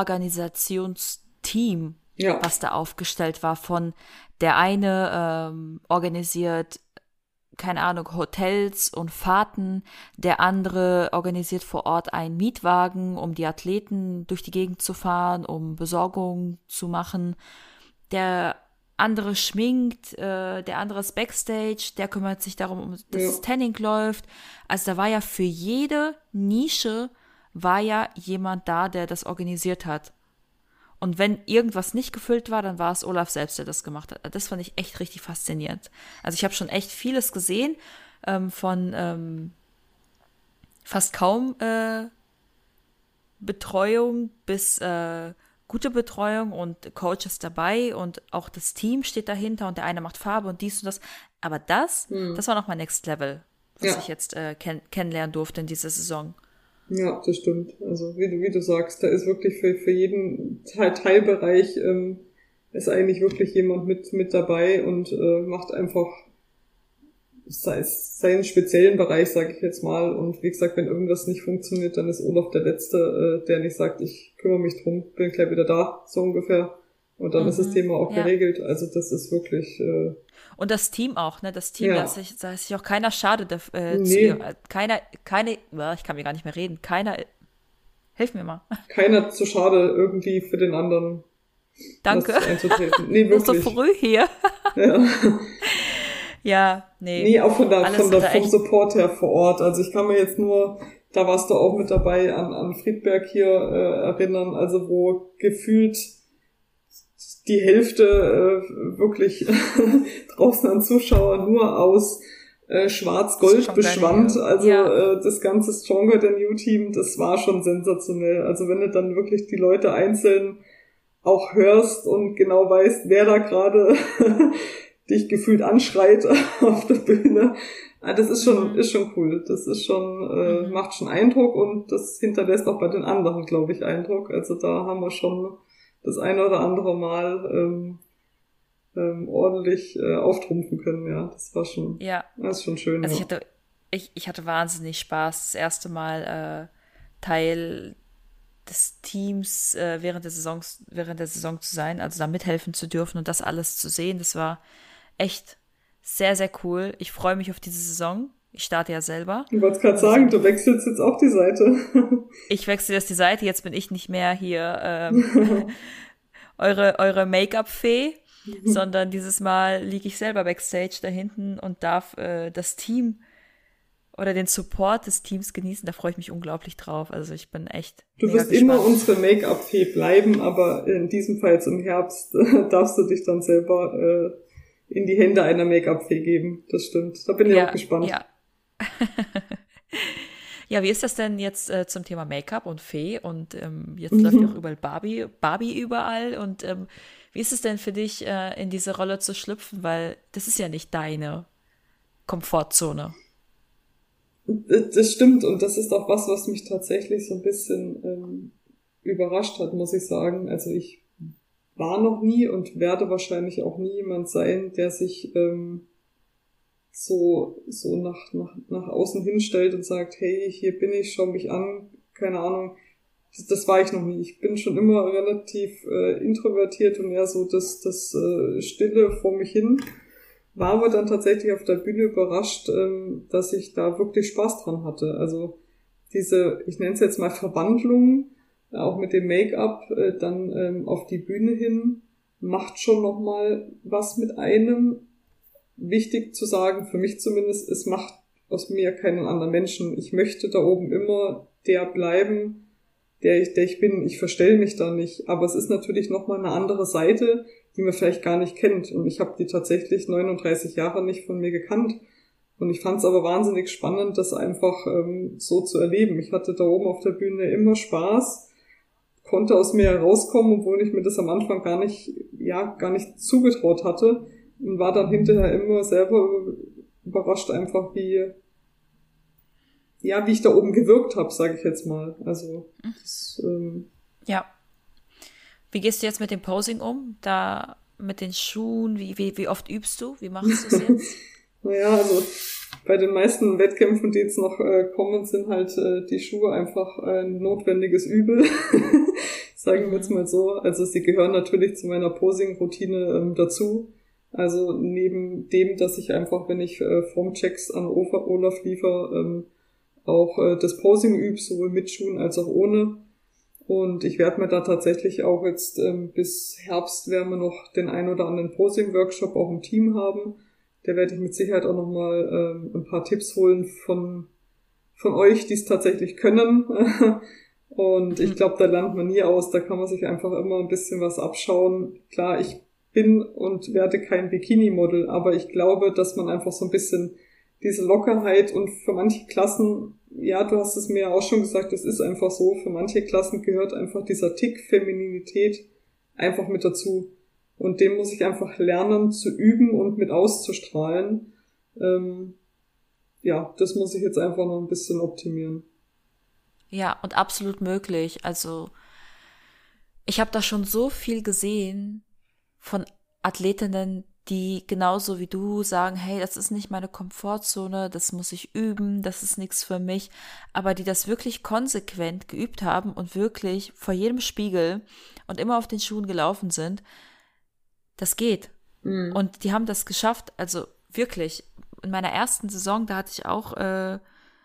Organisationsteam, ja, was da aufgestellt war. Von der eine ähm, organisiert, keine Ahnung, Hotels und Fahrten, der andere organisiert vor Ort einen Mietwagen, um die Athleten durch die Gegend zu fahren, um Besorgung zu machen. Der andere schminkt, äh, der andere ist Backstage, der kümmert sich darum, um, dass ja, das Tanning läuft. Also da war ja für jede Nische war ja jemand da, der das organisiert hat. Und wenn irgendwas nicht gefüllt war, dann war es Olaf selbst, der das gemacht hat. Das fand ich echt richtig faszinierend. Also ich habe schon echt vieles gesehen, ähm, von ähm, fast kaum äh, Betreuung bis äh, gute Betreuung und Coaches dabei und auch das Team steht dahinter und der eine macht Farbe und dies und das. Aber das, hm, das war noch mein Next Level, was ich ja, jetzt äh, kenn kennenlernen durfte in dieser Saison. ja, das stimmt. Also wie du, wie du sagst, da ist wirklich für, für jeden Teil, Teilbereich ähm, ist eigentlich wirklich jemand mit, mit dabei und äh, macht einfach sei es seinen speziellen Bereich, sage ich jetzt mal. Und wie gesagt, wenn irgendwas nicht funktioniert, dann ist Olaf der Letzte, äh, der nicht sagt, ich kümmere mich drum, bin gleich wieder da, so ungefähr. Und dann ist das Mhm, Thema auch ja. geregelt. Also das ist wirklich, äh, Und das Team auch, ne? Das Team, da ist ja, sich, da ist sich auch keiner schade daf- äh, zu ihr. nee, Äh, keiner, keine, äh, ich kann mir gar nicht mehr reden. Keiner, hilf mir mal. keiner zu schade, irgendwie für den anderen Danke. was einzutreten. Nee, Noch so wirklich. früh hier. Ja. Ja, nee. Nee, auch von der, Alle von der, sind da vom echt. Support her vor Ort. Also ich kann mir jetzt nur, da warst du auch mit dabei, an, an Friedberg hier äh, erinnern, also wo gefühlt die Hälfte äh, wirklich draußen an Zuschauern nur aus äh, Schwarz-Gold Stronger than beschwand. you. Also Ja. äh, das ganze Stronger Than You Team, das war schon sensationell. Also wenn du dann wirklich die Leute einzeln auch hörst und genau weißt, wer da gerade dich gefühlt anschreit auf der Bühne. Ah, das ist schon, Mhm. ist schon cool. Das ist schon, äh, Mhm. macht schon Eindruck und das hinterlässt auch bei den anderen, glaube ich, Eindruck. Also da haben wir schon das eine oder andere Mal ähm, ähm, ordentlich äh, auftrumpfen können, ja. Das war schon, Ja. das ist schon schön, Also ich ja. hatte, ich, ich hatte wahnsinnig Spaß, das erste Mal äh, Teil des Teams äh, während der Saison, während der Saison zu sein, also da mithelfen zu dürfen und das alles zu sehen. Das war echt sehr, sehr cool. Ich freue mich auf diese Saison. Ich starte ja selber. Ich wollte gerade Und es ist sagen, auch, du wechselst jetzt auch die Seite. ich wechsle jetzt die Seite. Jetzt bin ich nicht mehr hier ähm, eure, eure Make-up-Fee, sondern dieses Mal liege ich selber backstage da hinten und darf äh, das Team oder den Support des Teams genießen, da freue ich mich unglaublich drauf. Also ich bin echt Du mega wirst gespannt. immer unsere Make-up-Fee bleiben, aber in diesem Fall jetzt im Herbst darfst du dich dann selber äh, in die Hände einer Make-up-Fee geben. Das stimmt. Da bin ich Ja, auch gespannt. ja. Ja, wie ist das denn jetzt äh, zum Thema Make-up und Fee? Und ähm, jetzt läuft ja auch überall Barbie, Barbie überall. Und ähm, wie ist es denn für dich, äh, in diese Rolle zu schlüpfen? Weil das ist ja nicht deine Komfortzone. Das stimmt und das ist auch was, was mich tatsächlich so ein bisschen ähm, überrascht hat, muss ich sagen. Also ich war noch nie und werde wahrscheinlich auch nie jemand sein, der sich ähm, so so nach, nach, nach außen hinstellt und sagt, hey, hier bin ich, schau mich an, keine Ahnung. Das, das war ich noch nie. Ich bin schon immer relativ äh, introvertiert und eher so das, das äh, Stille vor mich hin. War aber dann tatsächlich auf der Bühne überrascht, ähm, dass ich da wirklich Spaß dran hatte. Also diese, ich nenne es jetzt mal Verwandlung, äh, auch mit dem Make-up, äh, dann ähm, auf die Bühne hin, macht schon nochmal was mit einem. Wichtig zu sagen, für mich zumindest, es macht aus mir keinen anderen Menschen. Ich möchte da oben immer der bleiben, der ich, der ich bin. Ich verstelle mich da nicht. Aber es ist natürlich nochmal eine andere Seite, die man vielleicht gar nicht kennt. Und ich habe die tatsächlich neununddreißig Jahre nicht von mir gekannt. Und ich fand es aber wahnsinnig spannend, das einfach ähm, so zu erleben. Ich hatte da oben auf der Bühne immer Spaß, konnte aus mir herauskommen, obwohl ich mir das am Anfang gar nicht, ja, gar nicht zugetraut hatte. Und war dann hinterher immer selber überrascht einfach, wie, ja, wie ich da oben gewirkt habe, sage ich jetzt mal. Also, das, ähm, Ja. Wie gehst du jetzt mit dem Posing um? Da mit den Schuhen, wie, wie, wie oft übst du? Wie machst du es jetzt? naja, also bei den meisten Wettkämpfen, die jetzt noch äh, kommen, sind halt äh, die Schuhe einfach ein notwendiges Übel. Sagen wir jetzt mal so. Also sie gehören natürlich zu meiner Posing-Routine ähm, dazu. Also neben dem, dass ich einfach, wenn ich äh, Formchecks an Olaf liefer, ähm, auch äh, das Posing übe, sowohl mit Schuhen als auch ohne. Und ich werde mir da tatsächlich auch jetzt ähm, bis Herbst werden wir noch den ein oder anderen Posing-Workshop auch im Team haben. Da werde ich mit Sicherheit auch nochmal ähm, ein paar Tipps holen von von euch, die es tatsächlich können. Und ich glaube, da lernt man nie aus. Da kann man sich einfach immer ein bisschen was abschauen. Klar, ich bin und werde kein Bikini-Model, aber ich glaube, dass man einfach so ein bisschen diese Lockerheit und für manche Klassen, ja, du hast es mir ja auch schon gesagt, es ist einfach so, für manche Klassen gehört einfach dieser Tick Femininität einfach mit dazu. Und den muss ich einfach lernen zu üben und mit auszustrahlen. Ähm, ja, das muss ich jetzt einfach noch ein bisschen optimieren. Ja, und absolut möglich. Also ich habe da schon so viel gesehen von Athletinnen, die genauso wie du sagen, hey, das ist nicht meine Komfortzone, das muss ich üben, das ist nichts für mich, aber die das wirklich konsequent geübt haben und wirklich vor jedem Spiegel und immer auf den Schuhen gelaufen sind. Das geht. Mhm. Und die haben das geschafft, also wirklich. In meiner ersten Saison, da hatte ich auch äh,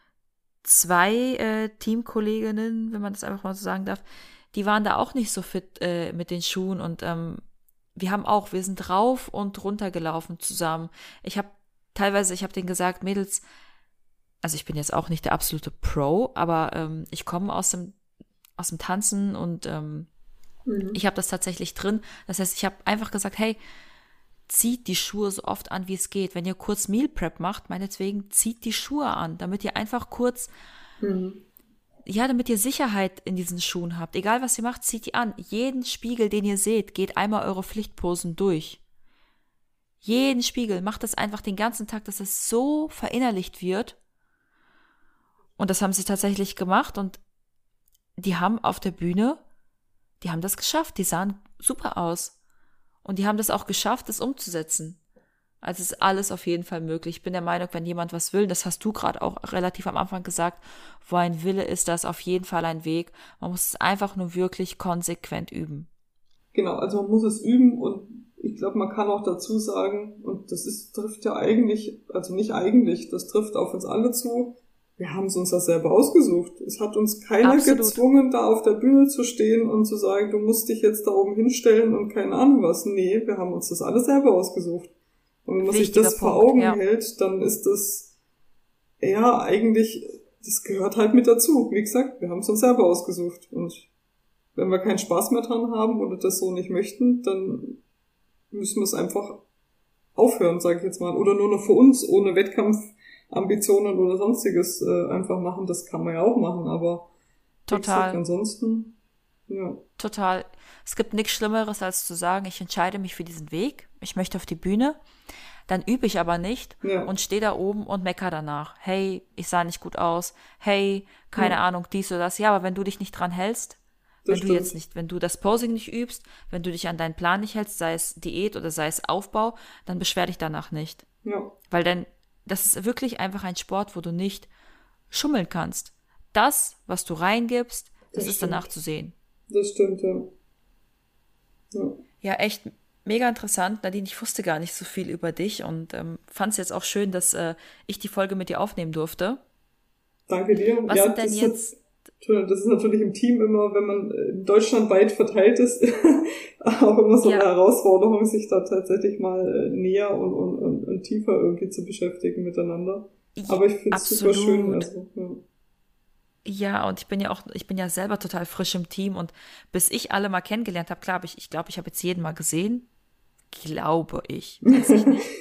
zwei äh, Teamkolleginnen, wenn man das einfach mal so sagen darf, die waren da auch nicht so fit äh, mit den Schuhen und ähm, wir haben auch, wir sind rauf und runter gelaufen zusammen. Ich habe teilweise, ich habe denen gesagt, Mädels, also ich bin jetzt auch nicht der absolute Pro, aber ähm, ich komme aus dem aus dem Tanzen und ähm, mhm. ich habe das tatsächlich drin. Das heißt, ich habe einfach gesagt, hey, zieht die Schuhe so oft an, wie es geht. Wenn ihr kurz Meal Prep macht, meinetwegen zieht die Schuhe an, damit ihr einfach kurz, mhm. ja, damit ihr Sicherheit in diesen Schuhen habt. Egal, was ihr macht, zieht die an. Jeden Spiegel, den ihr seht, geht einmal eure Pflichtposen durch. Jeden Spiegel. Macht das einfach den ganzen Tag, dass es so verinnerlicht wird. Und das haben sie tatsächlich gemacht und die haben auf der Bühne, die haben das geschafft. Die sahen super aus. Und die haben das auch geschafft, das umzusetzen. Also es ist alles auf jeden Fall möglich. Ich bin der Meinung, wenn jemand was will, das hast du gerade auch relativ am Anfang gesagt, wo ein Wille ist, da ist auf jeden Fall ein Weg. Man muss es einfach nur wirklich konsequent üben. Genau, also man muss es üben und ich glaube, man kann auch dazu sagen, und das ist, trifft ja eigentlich, also nicht eigentlich, das trifft auf uns alle zu, wir haben es uns das selber ausgesucht. Es hat uns keiner Absolut. gezwungen, da auf der Bühne zu stehen und zu sagen, du musst dich jetzt da oben hinstellen und keine Ahnung was. Nee, wir haben uns das alles selber ausgesucht. Und wenn man sich das vor Augen ja. hält, dann ist das, ja, eigentlich, das gehört halt mit dazu. Wie gesagt, wir haben es uns selber ausgesucht. Und wenn wir keinen Spaß mehr dran haben oder das so nicht möchten, dann müssen wir es einfach aufhören, sage ich jetzt mal. Oder nur noch für uns, ohne Wettkampfambitionen oder sonstiges äh, einfach machen. Das kann man ja auch machen, aber wie gesagt, Total, ansonsten, ja, total. Es gibt nichts Schlimmeres, als zu sagen, ich entscheide mich für diesen Weg, ich möchte auf die Bühne, dann übe ich aber nicht ja, und stehe da oben und mecker danach. Hey, ich sah nicht gut aus. Hey, keine ja, Ahnung, dies oder das. Ja, aber wenn du dich nicht dran hältst, das wenn du jetzt stimmt. nicht, wenn du das Posing nicht übst, wenn du dich an deinen Plan nicht hältst, sei es Diät oder sei es Aufbau, dann beschwer dich danach nicht. Ja, Weil dann, das ist wirklich einfach ein Sport, wo du nicht schummeln kannst. Das, was du reingibst, das das ist danach stimmt. zu sehen. Das stimmt, ja. Ja, Ja, echt mega interessant. Nadine, ich wusste gar nicht so viel über dich und ähm, fand es jetzt auch schön, dass äh, ich die Folge mit dir aufnehmen durfte. danke dir. Was Ja, sind das denn ist, nat- jetzt, Entschuldigung, das ist natürlich im Team immer, wenn man äh, deutschlandweit verteilt ist, auch immer so eine ja, Herausforderung, sich da tatsächlich mal äh, näher und, und, und, und tiefer irgendwie zu beschäftigen miteinander. i- Aber ich find's super schön, absolut. also, ja. Ja, und ich bin ja auch, ich bin ja selber total frisch im Team und bis ich alle mal kennengelernt habe, klar, hab ich, ich glaube, ich habe jetzt jeden mal gesehen. Glaube ich, weiß ich nicht.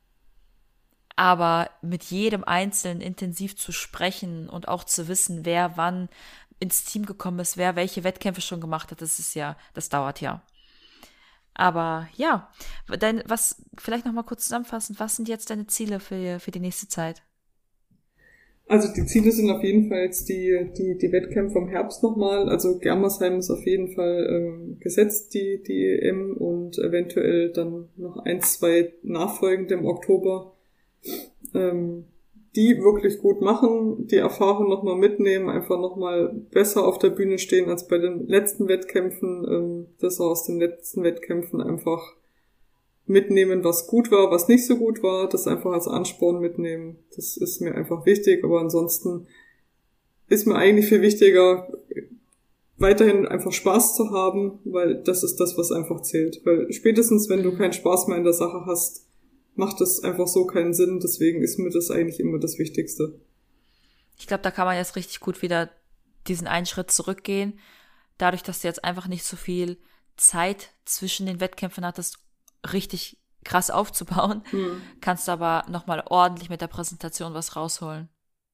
Aber mit jedem Einzelnen intensiv zu sprechen und auch zu wissen, wer wann ins Team gekommen ist, wer welche Wettkämpfe schon gemacht hat, das ist ja, das dauert ja. Aber ja, dein, was, vielleicht noch mal kurz zusammenfassend, was sind jetzt deine Ziele für, für die nächste Zeit? Also die Ziele sind auf jeden Fall jetzt die, die, die Wettkämpfe im Herbst nochmal. Also Germersheim ist auf jeden Fall ähm, gesetzt, die, die E M und eventuell dann noch ein, zwei nachfolgende im Oktober, ähm, die wirklich gut machen, die Erfahrung nochmal mitnehmen, einfach nochmal besser auf der Bühne stehen als bei den letzten Wettkämpfen, ähm, das aus den letzten Wettkämpfen einfach mitnehmen, was gut war, was nicht so gut war, das einfach als Ansporn mitnehmen. Das ist mir einfach wichtig, aber ansonsten ist mir eigentlich viel wichtiger, weiterhin einfach Spaß zu haben, weil das ist das, was einfach zählt. Weil spätestens, wenn du keinen Spaß mehr in der Sache hast, macht das einfach so keinen Sinn. Deswegen ist mir das eigentlich immer das Wichtigste. Ich glaube, da kann man jetzt richtig gut wieder diesen einen Schritt zurückgehen. Dadurch, dass du jetzt einfach nicht so viel Zeit zwischen den Wettkämpfen hattest, richtig krass aufzubauen, Hm. kannst du aber nochmal ordentlich mit der Präsentation was rausholen.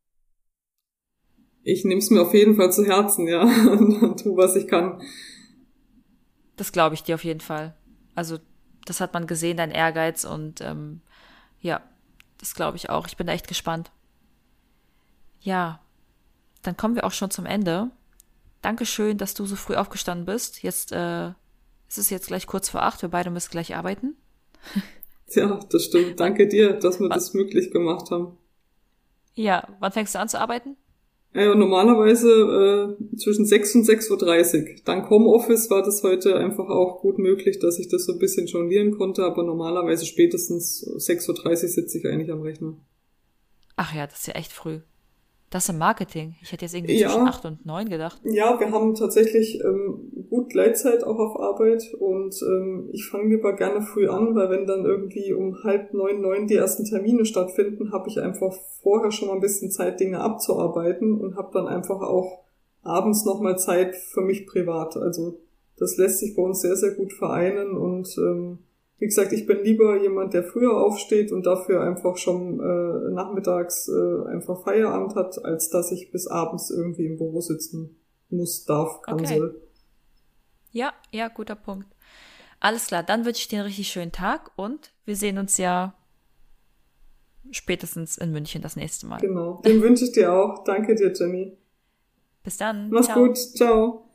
Ich nehme es mir auf jeden Fall zu Herzen, ja, und tu, was ich kann. Das glaube ich dir auf jeden Fall. Also, das hat man gesehen, dein Ehrgeiz und ähm, ja, das glaube ich auch. Ich bin da echt gespannt. Ja, dann kommen wir auch schon zum Ende. Dankeschön, dass du so früh aufgestanden bist. Jetzt äh, ist es jetzt gleich kurz vor acht. Wir beide müssen gleich arbeiten. Ja, das stimmt. Wann, Danke dir, dass wir wann, das möglich gemacht haben. ja, wann fängst du an zu arbeiten? Ja, normalerweise äh, zwischen sechs und sechs Uhr dreißig. Dank Homeoffice war das heute einfach auch gut möglich, dass ich das so ein bisschen jonglieren konnte, aber normalerweise spätestens sechs Uhr dreißig sitze ich eigentlich am Rechner. Ach ja, das ist ja echt früh. Das im Marketing. Ich hätte jetzt irgendwie zwischen Ja, acht und neun gedacht. ja, wir haben tatsächlich ähm, gut Gleitzeit auch auf Arbeit und ähm, ich fange lieber gerne früh an, weil wenn dann irgendwie um halb neun, neun die ersten Termine stattfinden, habe ich einfach vorher schon mal ein bisschen Zeit, Dinge abzuarbeiten und habe dann einfach auch abends nochmal Zeit für mich privat. Also das lässt sich bei uns sehr, sehr gut vereinen und ähm, wie gesagt, ich bin lieber jemand, der früher aufsteht und dafür einfach schon äh, nachmittags äh, einfach Feierabend hat, als dass ich bis abends irgendwie im Büro sitzen muss, darf, kann, Okay. soll. Ja, ja, guter Punkt. Alles klar, dann wünsche ich dir einen richtig schönen Tag und wir sehen uns ja spätestens in München das nächste Mal. Genau. Den wünsche ich dir auch. Danke dir, Jenny. Bis dann. Mach's Ciao. gut. Ciao.